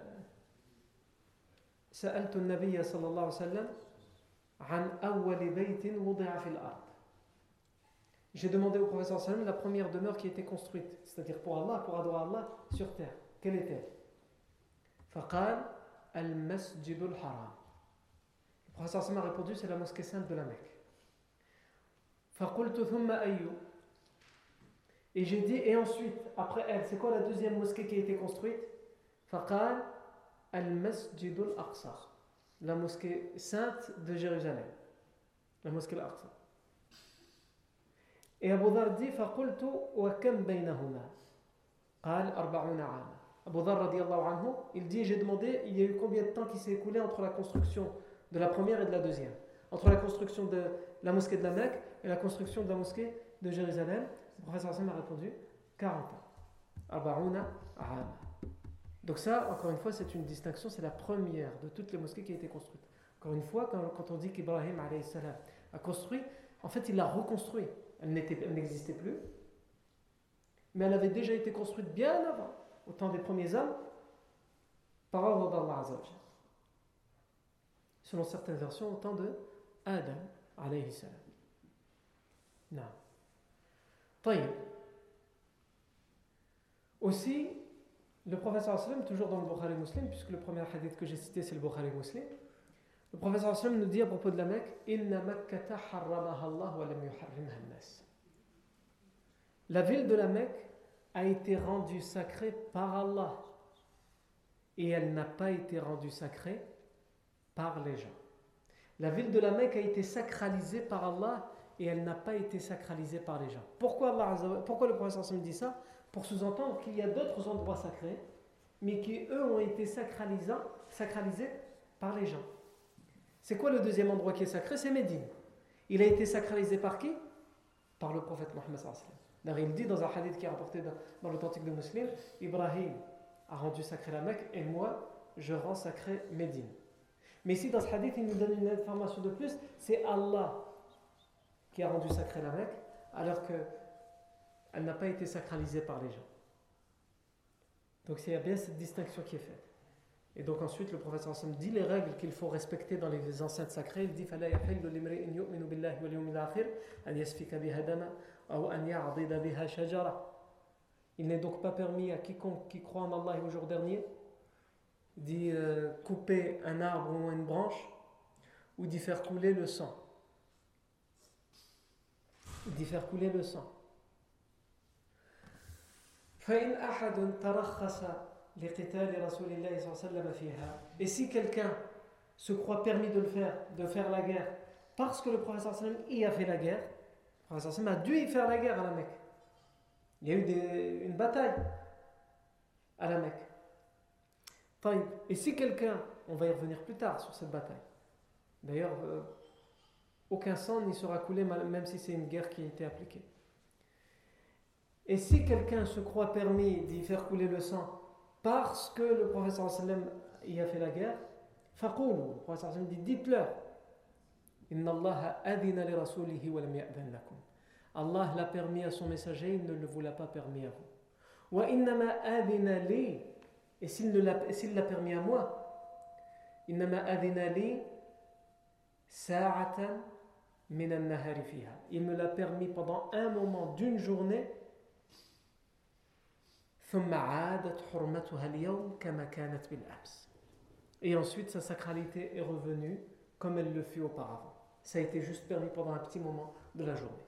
سألت النبي صلى الله عليه وسلم عن أول بيت وضع في الأرض. J'ai demandé au prophète sallallahu alayhi wa sallam la première demeure qui a été construite, c'est-à-dire pour Allah, pour adorer Allah sur terre. Quelle était-elle? فقال المسجد الحرام. Le prophète sallallahu alayhi wa sallam a répondu, c'est la mosquée sainte de la Mecque. فقلت ثم أي. Et j'ai dit, et ensuite, après elle, c'est quoi la deuxième mosquée qui a été construite? Faqal al-Masjid al-Aqsa, la mosquée sainte de Jérusalem, la mosquée al-Aqsa. Et Abu Dhar dit, faqultu wa kam baynahuma? Qal arba'una 'ama. Abu Dhar radiyallahu anhu, il dit, j'ai demandé, il y a eu combien de temps qui s'est écoulé entre la construction de la première et de la deuxième, entre la construction de la mosquée de la Mecque et la construction de la mosquée de Jérusalem? Le professeur Hassan a répondu quarante ans. Arba'una 'ama. Donc ça, encore une fois, c'est une distinction, c'est la première de toutes les mosquées qui a été construite. Encore une fois, quand, quand on dit qu'Ibrahim alayhi salam a construit, en fait, il l'a reconstruit. Elle, n'était, elle n'existait plus, mais elle avait déjà été construite bien avant, au temps des premiers hommes, par ordre d'Allah Azza wa Jalla. Selon certaines versions, au temps de Adam alayhi salam. Non. Taïb. Aussi, le professeur sallam, toujours dans le Bukhari Muslim, puisque le premier hadith que j'ai cité c'est le Bukhari Muslim, le professeur sallam nous dit à propos de la Mecque, Inna Makkata harramaha Allah wa lam yuharrimha an-nas. La ville de la Mecque a été rendue sacrée par Allah et elle n'a pas été rendue sacrée par les gens. La ville de la Mecque a été sacralisée par Allah et elle n'a pas été sacralisée par les gens. Pourquoi, Allah, pourquoi le professeur sallam dit ça? Pour sous-entendre qu'il y a d'autres endroits sacrés, mais qui, eux, ont été sacralisés par les gens. C'est quoi le deuxième endroit qui est sacré? C'est Médine. Il a été sacralisé par qui? Par le prophète Mohammed sallallahu alayhi wa sallam. D'ailleurs, il dit dans un hadith qui est rapporté dans, dans l'authentique de Muslim, Ibrahim a rendu sacré la Mecque et moi, je rends sacré Médine. Mais ici, dans ce hadith, il nous donne une information de plus, c'est Allah qui a rendu sacré la Mecque, alors que elle n'a pas été sacralisée par les gens. Donc il y a bien cette distinction qui est faite. Et donc ensuite le prophète sallallahu alayhi wa sallam dit les règles qu'il faut respecter dans les enceintes sacrées. Il dit فَلَا يَحِلُّ لِمْرِئٍ يُؤْمِنُ بِاللَّهِ وَالْيَوْمِ الْآخِرِ أَنْ يَسْفِكَ بِهَا دَمًا أَوْ أَنْ يَعْضِدَ بِهَا شَجَرَةً. Il n'est donc pas permis à quiconque qui croit en Allah et au jour dernier d'y euh, couper un arbre ou une branche ou d'y faire couler le sang. D'y faire couler le sang. فإن أحد ترخص لقتال رسول الله صلى الله عليه وسلم فيها. Et si quelqu'un se croit permis de le faire, de faire la guerre, parce que le prophète sallallahu alayhi wa sallam y a fait la guerre, le prophète sallallahu alayhi wa sallam a dû y faire la guerre à la Mecque. Il y a eu des, une bataille à la Mecque. Et si quelqu'un, on va y revenir plus tard sur cette bataille. D'ailleurs, euh, aucun sang n'y sera coulé, même si c'est une guerre qui a été appliquée. Et si quelqu'un se croit permis d'y faire couler le sang parce que le prophète sallallahu alayhi wa sallam y a fait la guerre, faqulu, le prophète sallallahu alayhi wa sallam dit, dites-leur, inna Allah adina li rasulihi wa lam ya'dhan lakum. Allah l'a permis à son messager, il ne le vous l'a pas permis à vous. Wa innama adina li, et s'il, ne l'a, s'il l'a permis à moi, innama adina li sa'atan min an-nahari fiha. Il me l'a permis pendant un moment d'une journée. Et ensuite sa sacralité est revenue comme elle le fut auparavant. Ça a été juste permis pendant un petit moment de la journée.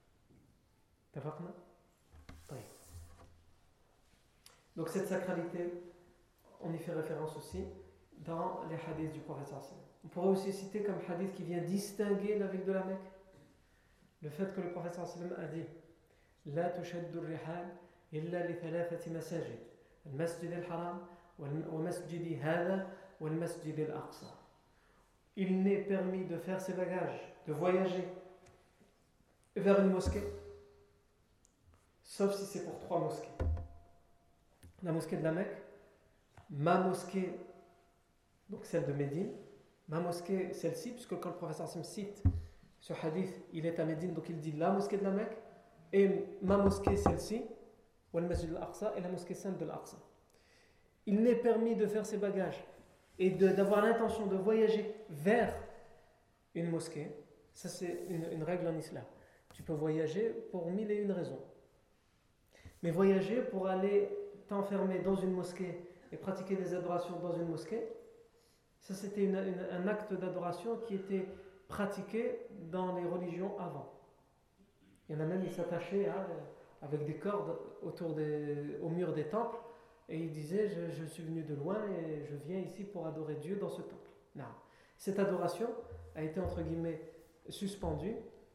Donc cette sacralité, on y fait référence aussi dans les hadiths du prophète. On pourrait aussi citer comme hadith qui vient distinguer la ville de la Mecque le fait que le prophète a dit La tushaddu rihal إلا لثلاثة مساجد المسجد الحرام ومسجد هذا والمسجد الأقصى. Il n'est permis de faire ses bagages, de voyager vers une mosquée, sauf si c'est pour trois mosquées. La mosquée de la Mecque, ma mosquée, donc celle de Médine, ma mosquée, celle-ci, puisque quand le professeur Sim cite ce hadith, il est à Médine, donc il dit la mosquée de la Mecque, et ma mosquée, celle-ci, ou le masjid al-Aqsa et la mosquée sainte de l'Aqsa. Il n'est permis de faire ses bagages et de, d'avoir l'intention de voyager vers une mosquée. Ça, c'est une, une règle en islam. Tu peux voyager pour mille et une raisons. Mais voyager pour aller t'enfermer dans une mosquée et pratiquer des adorations dans une mosquée, ça, c'était une, une, un acte d'adoration qui était pratiqué dans les religions avant. Il y en a même qui s'attachaient à avec des cordes autour des, au mur des temples, et il disait je, je suis venu de loin et je viens ici pour adorer Dieu dans ce temple. Non. Cette adoration a été entre guillemets suspendue,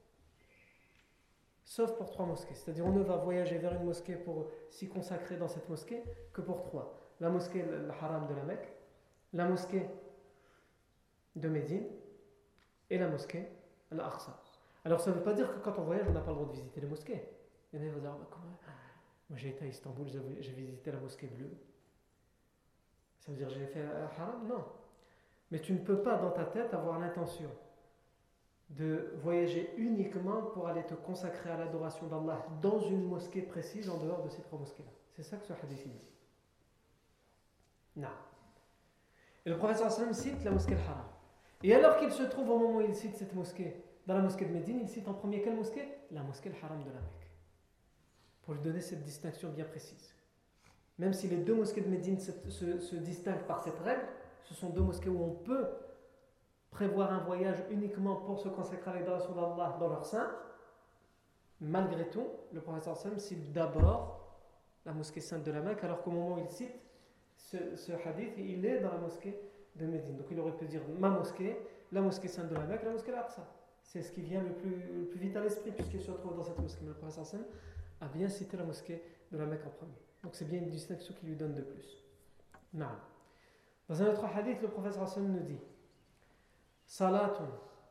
sauf pour trois mosquées. C'est-à-dire on ne va voyager vers une mosquée pour s'y consacrer dans cette mosquée que pour trois. La mosquée, le haram de la Mecque, la mosquée de Médine et la mosquée Al-Aqsa. Alors ça ne veut pas dire que quand on voyage on n'a pas le droit de visiter les mosquées. Il y en a qui vont dire bah, comment moi j'ai été à Istanbul, j'ai visité la mosquée bleue. Ça veut dire que j'ai fait un haram? Non. Mais tu ne peux pas dans ta tête avoir l'intention de voyager uniquement pour aller te consacrer à l'adoration d'Allah dans une mosquée précise en dehors de ces trois mosquées-là. C'est ça que ce hadith dit. Non. Et le prophète sallallahu alayhi wa sallam cite la mosquée al-Haram. Et alors qu'il se trouve au moment où il cite cette mosquée, dans la mosquée de Médine, il cite en premier quelle mosquée? La mosquée al-Haram de la Mecque. Pour lui donner cette distinction bien précise. Même si les deux mosquées de Médine se, se, se distinguent par cette règle, ce sont deux mosquées où on peut prévoir un voyage uniquement pour se consacrer à l'adoration d'Allah dans leur sein. Malgré tout, le prophète sallallahu alayhi wa sallam cite d'abord la mosquée sainte de la Mecque, alors qu'au moment où il cite ce, ce hadith, il est dans la mosquée de Médine. Donc il aurait pu dire ma mosquée, la mosquée sainte de la Mecque, la mosquée Al-Aqsa. C'est ce qui vient le plus, le plus vite à l'esprit puisqu'il se retrouve dans cette mosquée. Mais le prophète sallallahu alayhi wa sallam a bien cité la mosquée de la Mecque en premier. Donc c'est bien une distinction qui lui donne de plus. Non. Dans un autre hadith, le prophète sallallahu alayhi wa sallam nous dit Salatun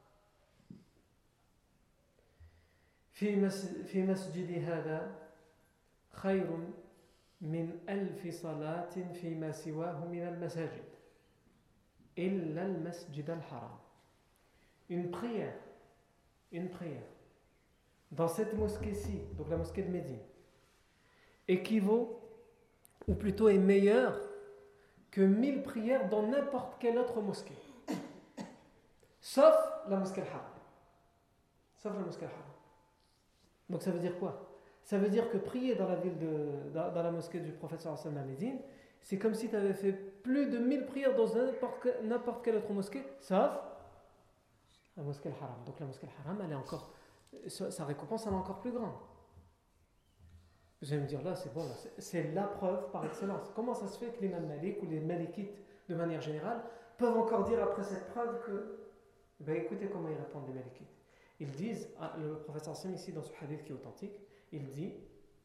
fi masjidi hada khayrun min alfi salatin fi ma siwahu min al-masajid illa al-masjid al-haram. Une prière, une prière dans cette mosquée-ci, donc la mosquée de Médine, équivaut, ou plutôt est meilleure que mille prières dans n'importe quelle autre mosquée. Sauf la mosquée al-Haram. Sauf la mosquée al-Haram. Donc ça veut dire quoi? Ça veut dire que prier dans la ville de, dans, dans la mosquée du prophète sallallahu alayhi wa sallam à Médine, c'est comme si tu avais fait plus de mille prières dans n'importe, n'importe quelle autre mosquée, sauf la mosquée al-Haram. Donc la mosquée al-Haram, elle est encore, sa récompense elle est encore plus grande. Vous allez me dire là, c'est bon, là, c'est, c'est la preuve par excellence. Comment ça se fait que les l'imam Malik ou les Malikites de manière générale peuvent encore dire après cette preuve que ben écoutez comment ils répondent les Malikites. Ils disent, ah, le professeur Sam ici dans ce hadith qui est authentique, il dit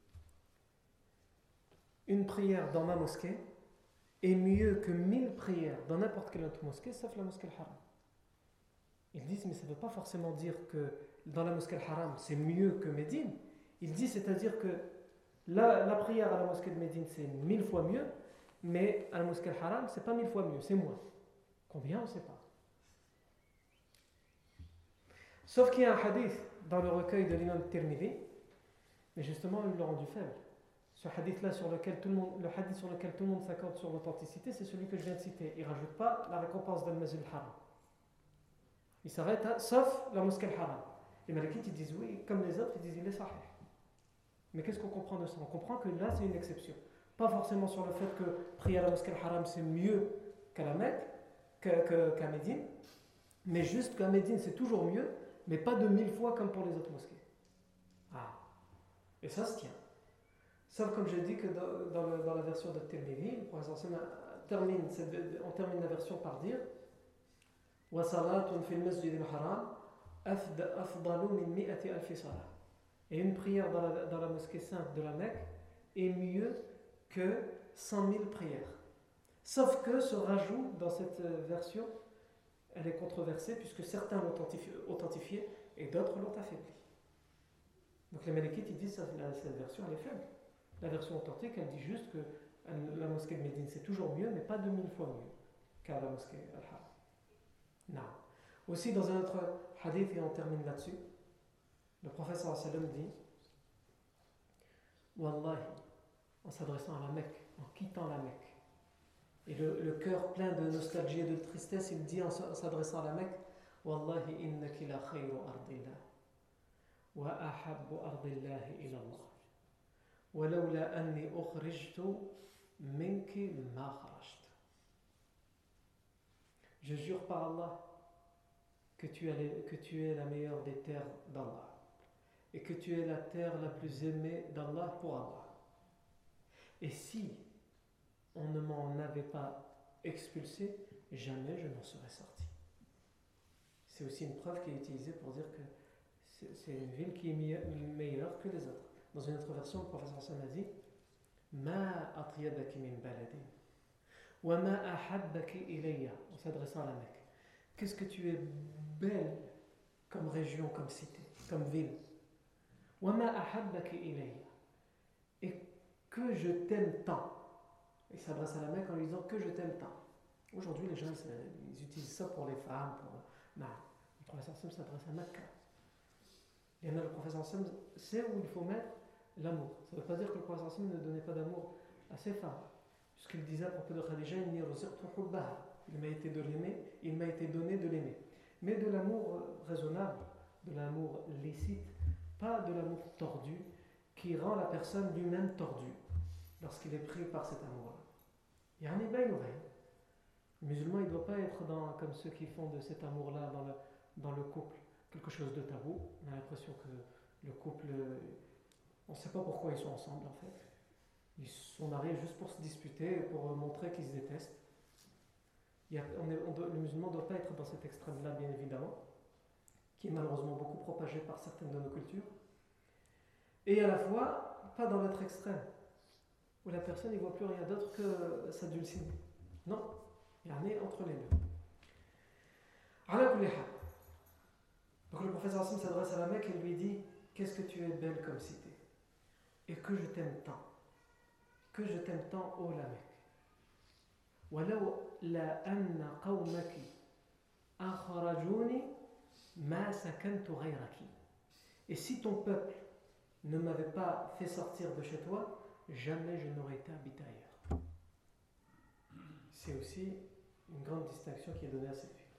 une prière dans ma mosquée est mieux que mille prières dans n'importe quelle autre mosquée sauf la mosquée al-Haram. Ils disent mais ça ne veut pas forcément dire que dans la mosquée al-Haram c'est mieux que Médine. Il dit c'est-à-dire que la, la prière à la mosquée de Médine c'est mille fois mieux, mais à la mosquée al-Haram c'est pas mille fois mieux, c'est moins. Combien on ne sait pas. Sauf qu'il y a un hadith dans le recueil de l'imam Tirmidhi, mais justement ils l'ont rendu faible. Ce hadith-là sur lequel tout le monde, le hadith sur lequel tout le monde s'accorde sur l'authenticité, c'est celui que je viens de citer. Il ne rajoute pas la récompense d'Al-Masjid al-Haram. Il s'arrête à, sauf la mosquée al-Haram. Les Malikites ils disent oui, comme les autres, ils disent il est sahih. Mais qu'est-ce qu'on comprend de ça? On comprend que là c'est une exception. Pas forcément sur le fait que prier à la mosquée al-Haram c'est mieux qu'à la Mecque, qu'à, qu'à, qu'à Médine, mais juste qu'à Médine c'est toujours mieux, mais pas de mille fois comme pour les autres mosquées. Ah. Et ça se tient. Sauf comme j'ai dit que dans, dans, le, dans la version de Tirmidhi, termine, on termine la version par dire wa salatun fil masjid al-haram afdalu min mi'ati alfi salat. Et une prière dans la, dans la mosquée sainte de la Mecque est mieux que cent mille prières. Sauf que ce rajout dans cette version, elle est controversée puisque certains l'ont authentifié et d'autres l'ont affaibli. Donc les Malikites ils disent que cette version elle est faible. La version authentique elle dit juste que la mosquée de Médine c'est toujours mieux mais pas de mille fois mieux qu'à la mosquée Al-Haram. Non. Aussi dans un autre hadith et on termine là-dessus, le prophète sallallahu alayhi wa sallam dit Wallahi, en s'adressant à la Mecque, en quittant la Mecque, et le, le cœur plein de nostalgie et de tristesse, il dit en s'adressant à la Mecque Wallahi innaki la khayru ardillah wa ahabbu ardillahi ila Allah wa lawla anni ukhrijtu minki ma kharajtu. Je jure par Allah que tu, es, que tu es la meilleure des terres d'Allah. et que tu es la terre la plus aimée d'Allah pour Allah. Et si on ne m'en avait pas expulsé, jamais je n'en serais sorti. C'est aussi une preuve qui est utilisée pour dire que c'est une ville qui est meilleure que les autres. Dans une autre version, le professeur Hassan a dit Ma atyabaki min baladi wa ma ahabbaki ilayya, en s'adressant à la Mecque. Qu'est-ce que tu es belle comme région, comme cité, comme ville. Wa ma ahabbaki ilayya, et que je t'aime tant. Il s'adresse à la Mecque en lui disant que je t'aime tant. Aujourd'hui, les gens ils utilisent ça pour les femmes. Pour... Non, le professeur Sam s'adresse à Mecca. Et le professeur Sam sait où il faut mettre l'amour. Ça ne veut pas dire que le professeur Sam ne donnait pas d'amour à ses femmes. Puisqu'il disait à propos de Khadija, il m'a été de l'aimer, il m'a été donné de l'aimer. Mais de l'amour raisonnable, de l'amour licite, pas de l'amour tordu qui rend la personne lui-même tordue lorsqu'il est pris par cet amour-là. Yani bayn ou bayn. Le musulman, il ne doit pas être dans, comme ceux qui font de cet amour-là dans le, dans le couple quelque chose de tabou. On a l'impression que le couple, on ne sait pas pourquoi ils sont ensemble en fait. Ils sont mariés juste pour se disputer, pour montrer qu'ils se détestent. Il y a, on est, on doit, le musulman ne doit pas être dans cet extrême-là, bien évidemment, qui est malheureusement beaucoup propagé par certaines de nos cultures. Et à la fois, pas dans l'autre extrême, où la personne ne voit plus rien d'autre que sa dulcinée. Non, il y en a entre les deux. Donc le professeur Hassan s'adresse à la Mecque et lui dit qu'est-ce que tu es belle comme cité, et que je t'aime tant, que je t'aime tant, ô la Mecque. وَلَوْ لَأَنَّ قَوْمَكِ أَخْرَجُونِي مَا سَكَنْتُ غَيْرَكِ. Et si ton peuple ne m'avait pas fait sortir de chez toi, jamais je n'aurais été habité ailleurs. C'est aussi une grande distinction qui est donnée à cette ville.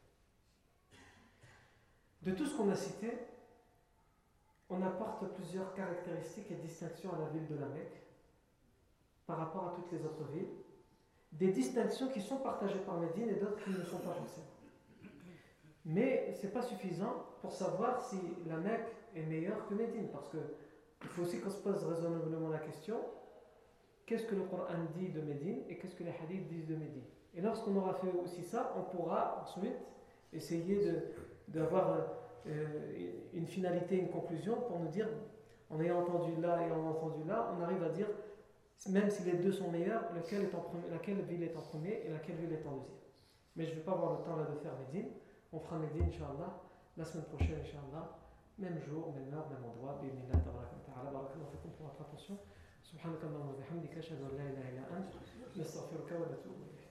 De tout ce qu'on a cité, on apporte plusieurs caractéristiques et distinctions à la ville de la Mecque par rapport à toutes les autres villes. Des distinctions qui sont partagées par Médine et d'autres qui ne sont pas forcément. Mais ce n'est pas suffisant pour savoir si la Mecque est meilleure que Médine, parce qu'il faut aussi qu'on se pose raisonnablement la question qu'est-ce que le Coran dit de Médine et qu'est-ce que les hadiths disent de Médine. Et lorsqu'on aura fait aussi ça, on pourra ensuite essayer de, d'avoir euh, une finalité, une conclusion pour nous dire, en ayant entendu là et en ayant entendu là, on arrive à dire même si les deux sont meilleurs, lequel est en premier, laquelle ville est en premier et laquelle ville est en deuxième. Mais je ne vais pas avoir le temps là de faire Médine. On fera Médine, Inch'Allah, la semaine prochaine, Inch'Allah, même jour, même heure, même endroit. Bi'idhnillah, tabaraka wa ta'ala, barakallahu fikum pour votre attention. Subhanakallahumma wa bihamdika, ashhadu an la ilaha illa anta, nastaghfiruka wa natubu ilayk.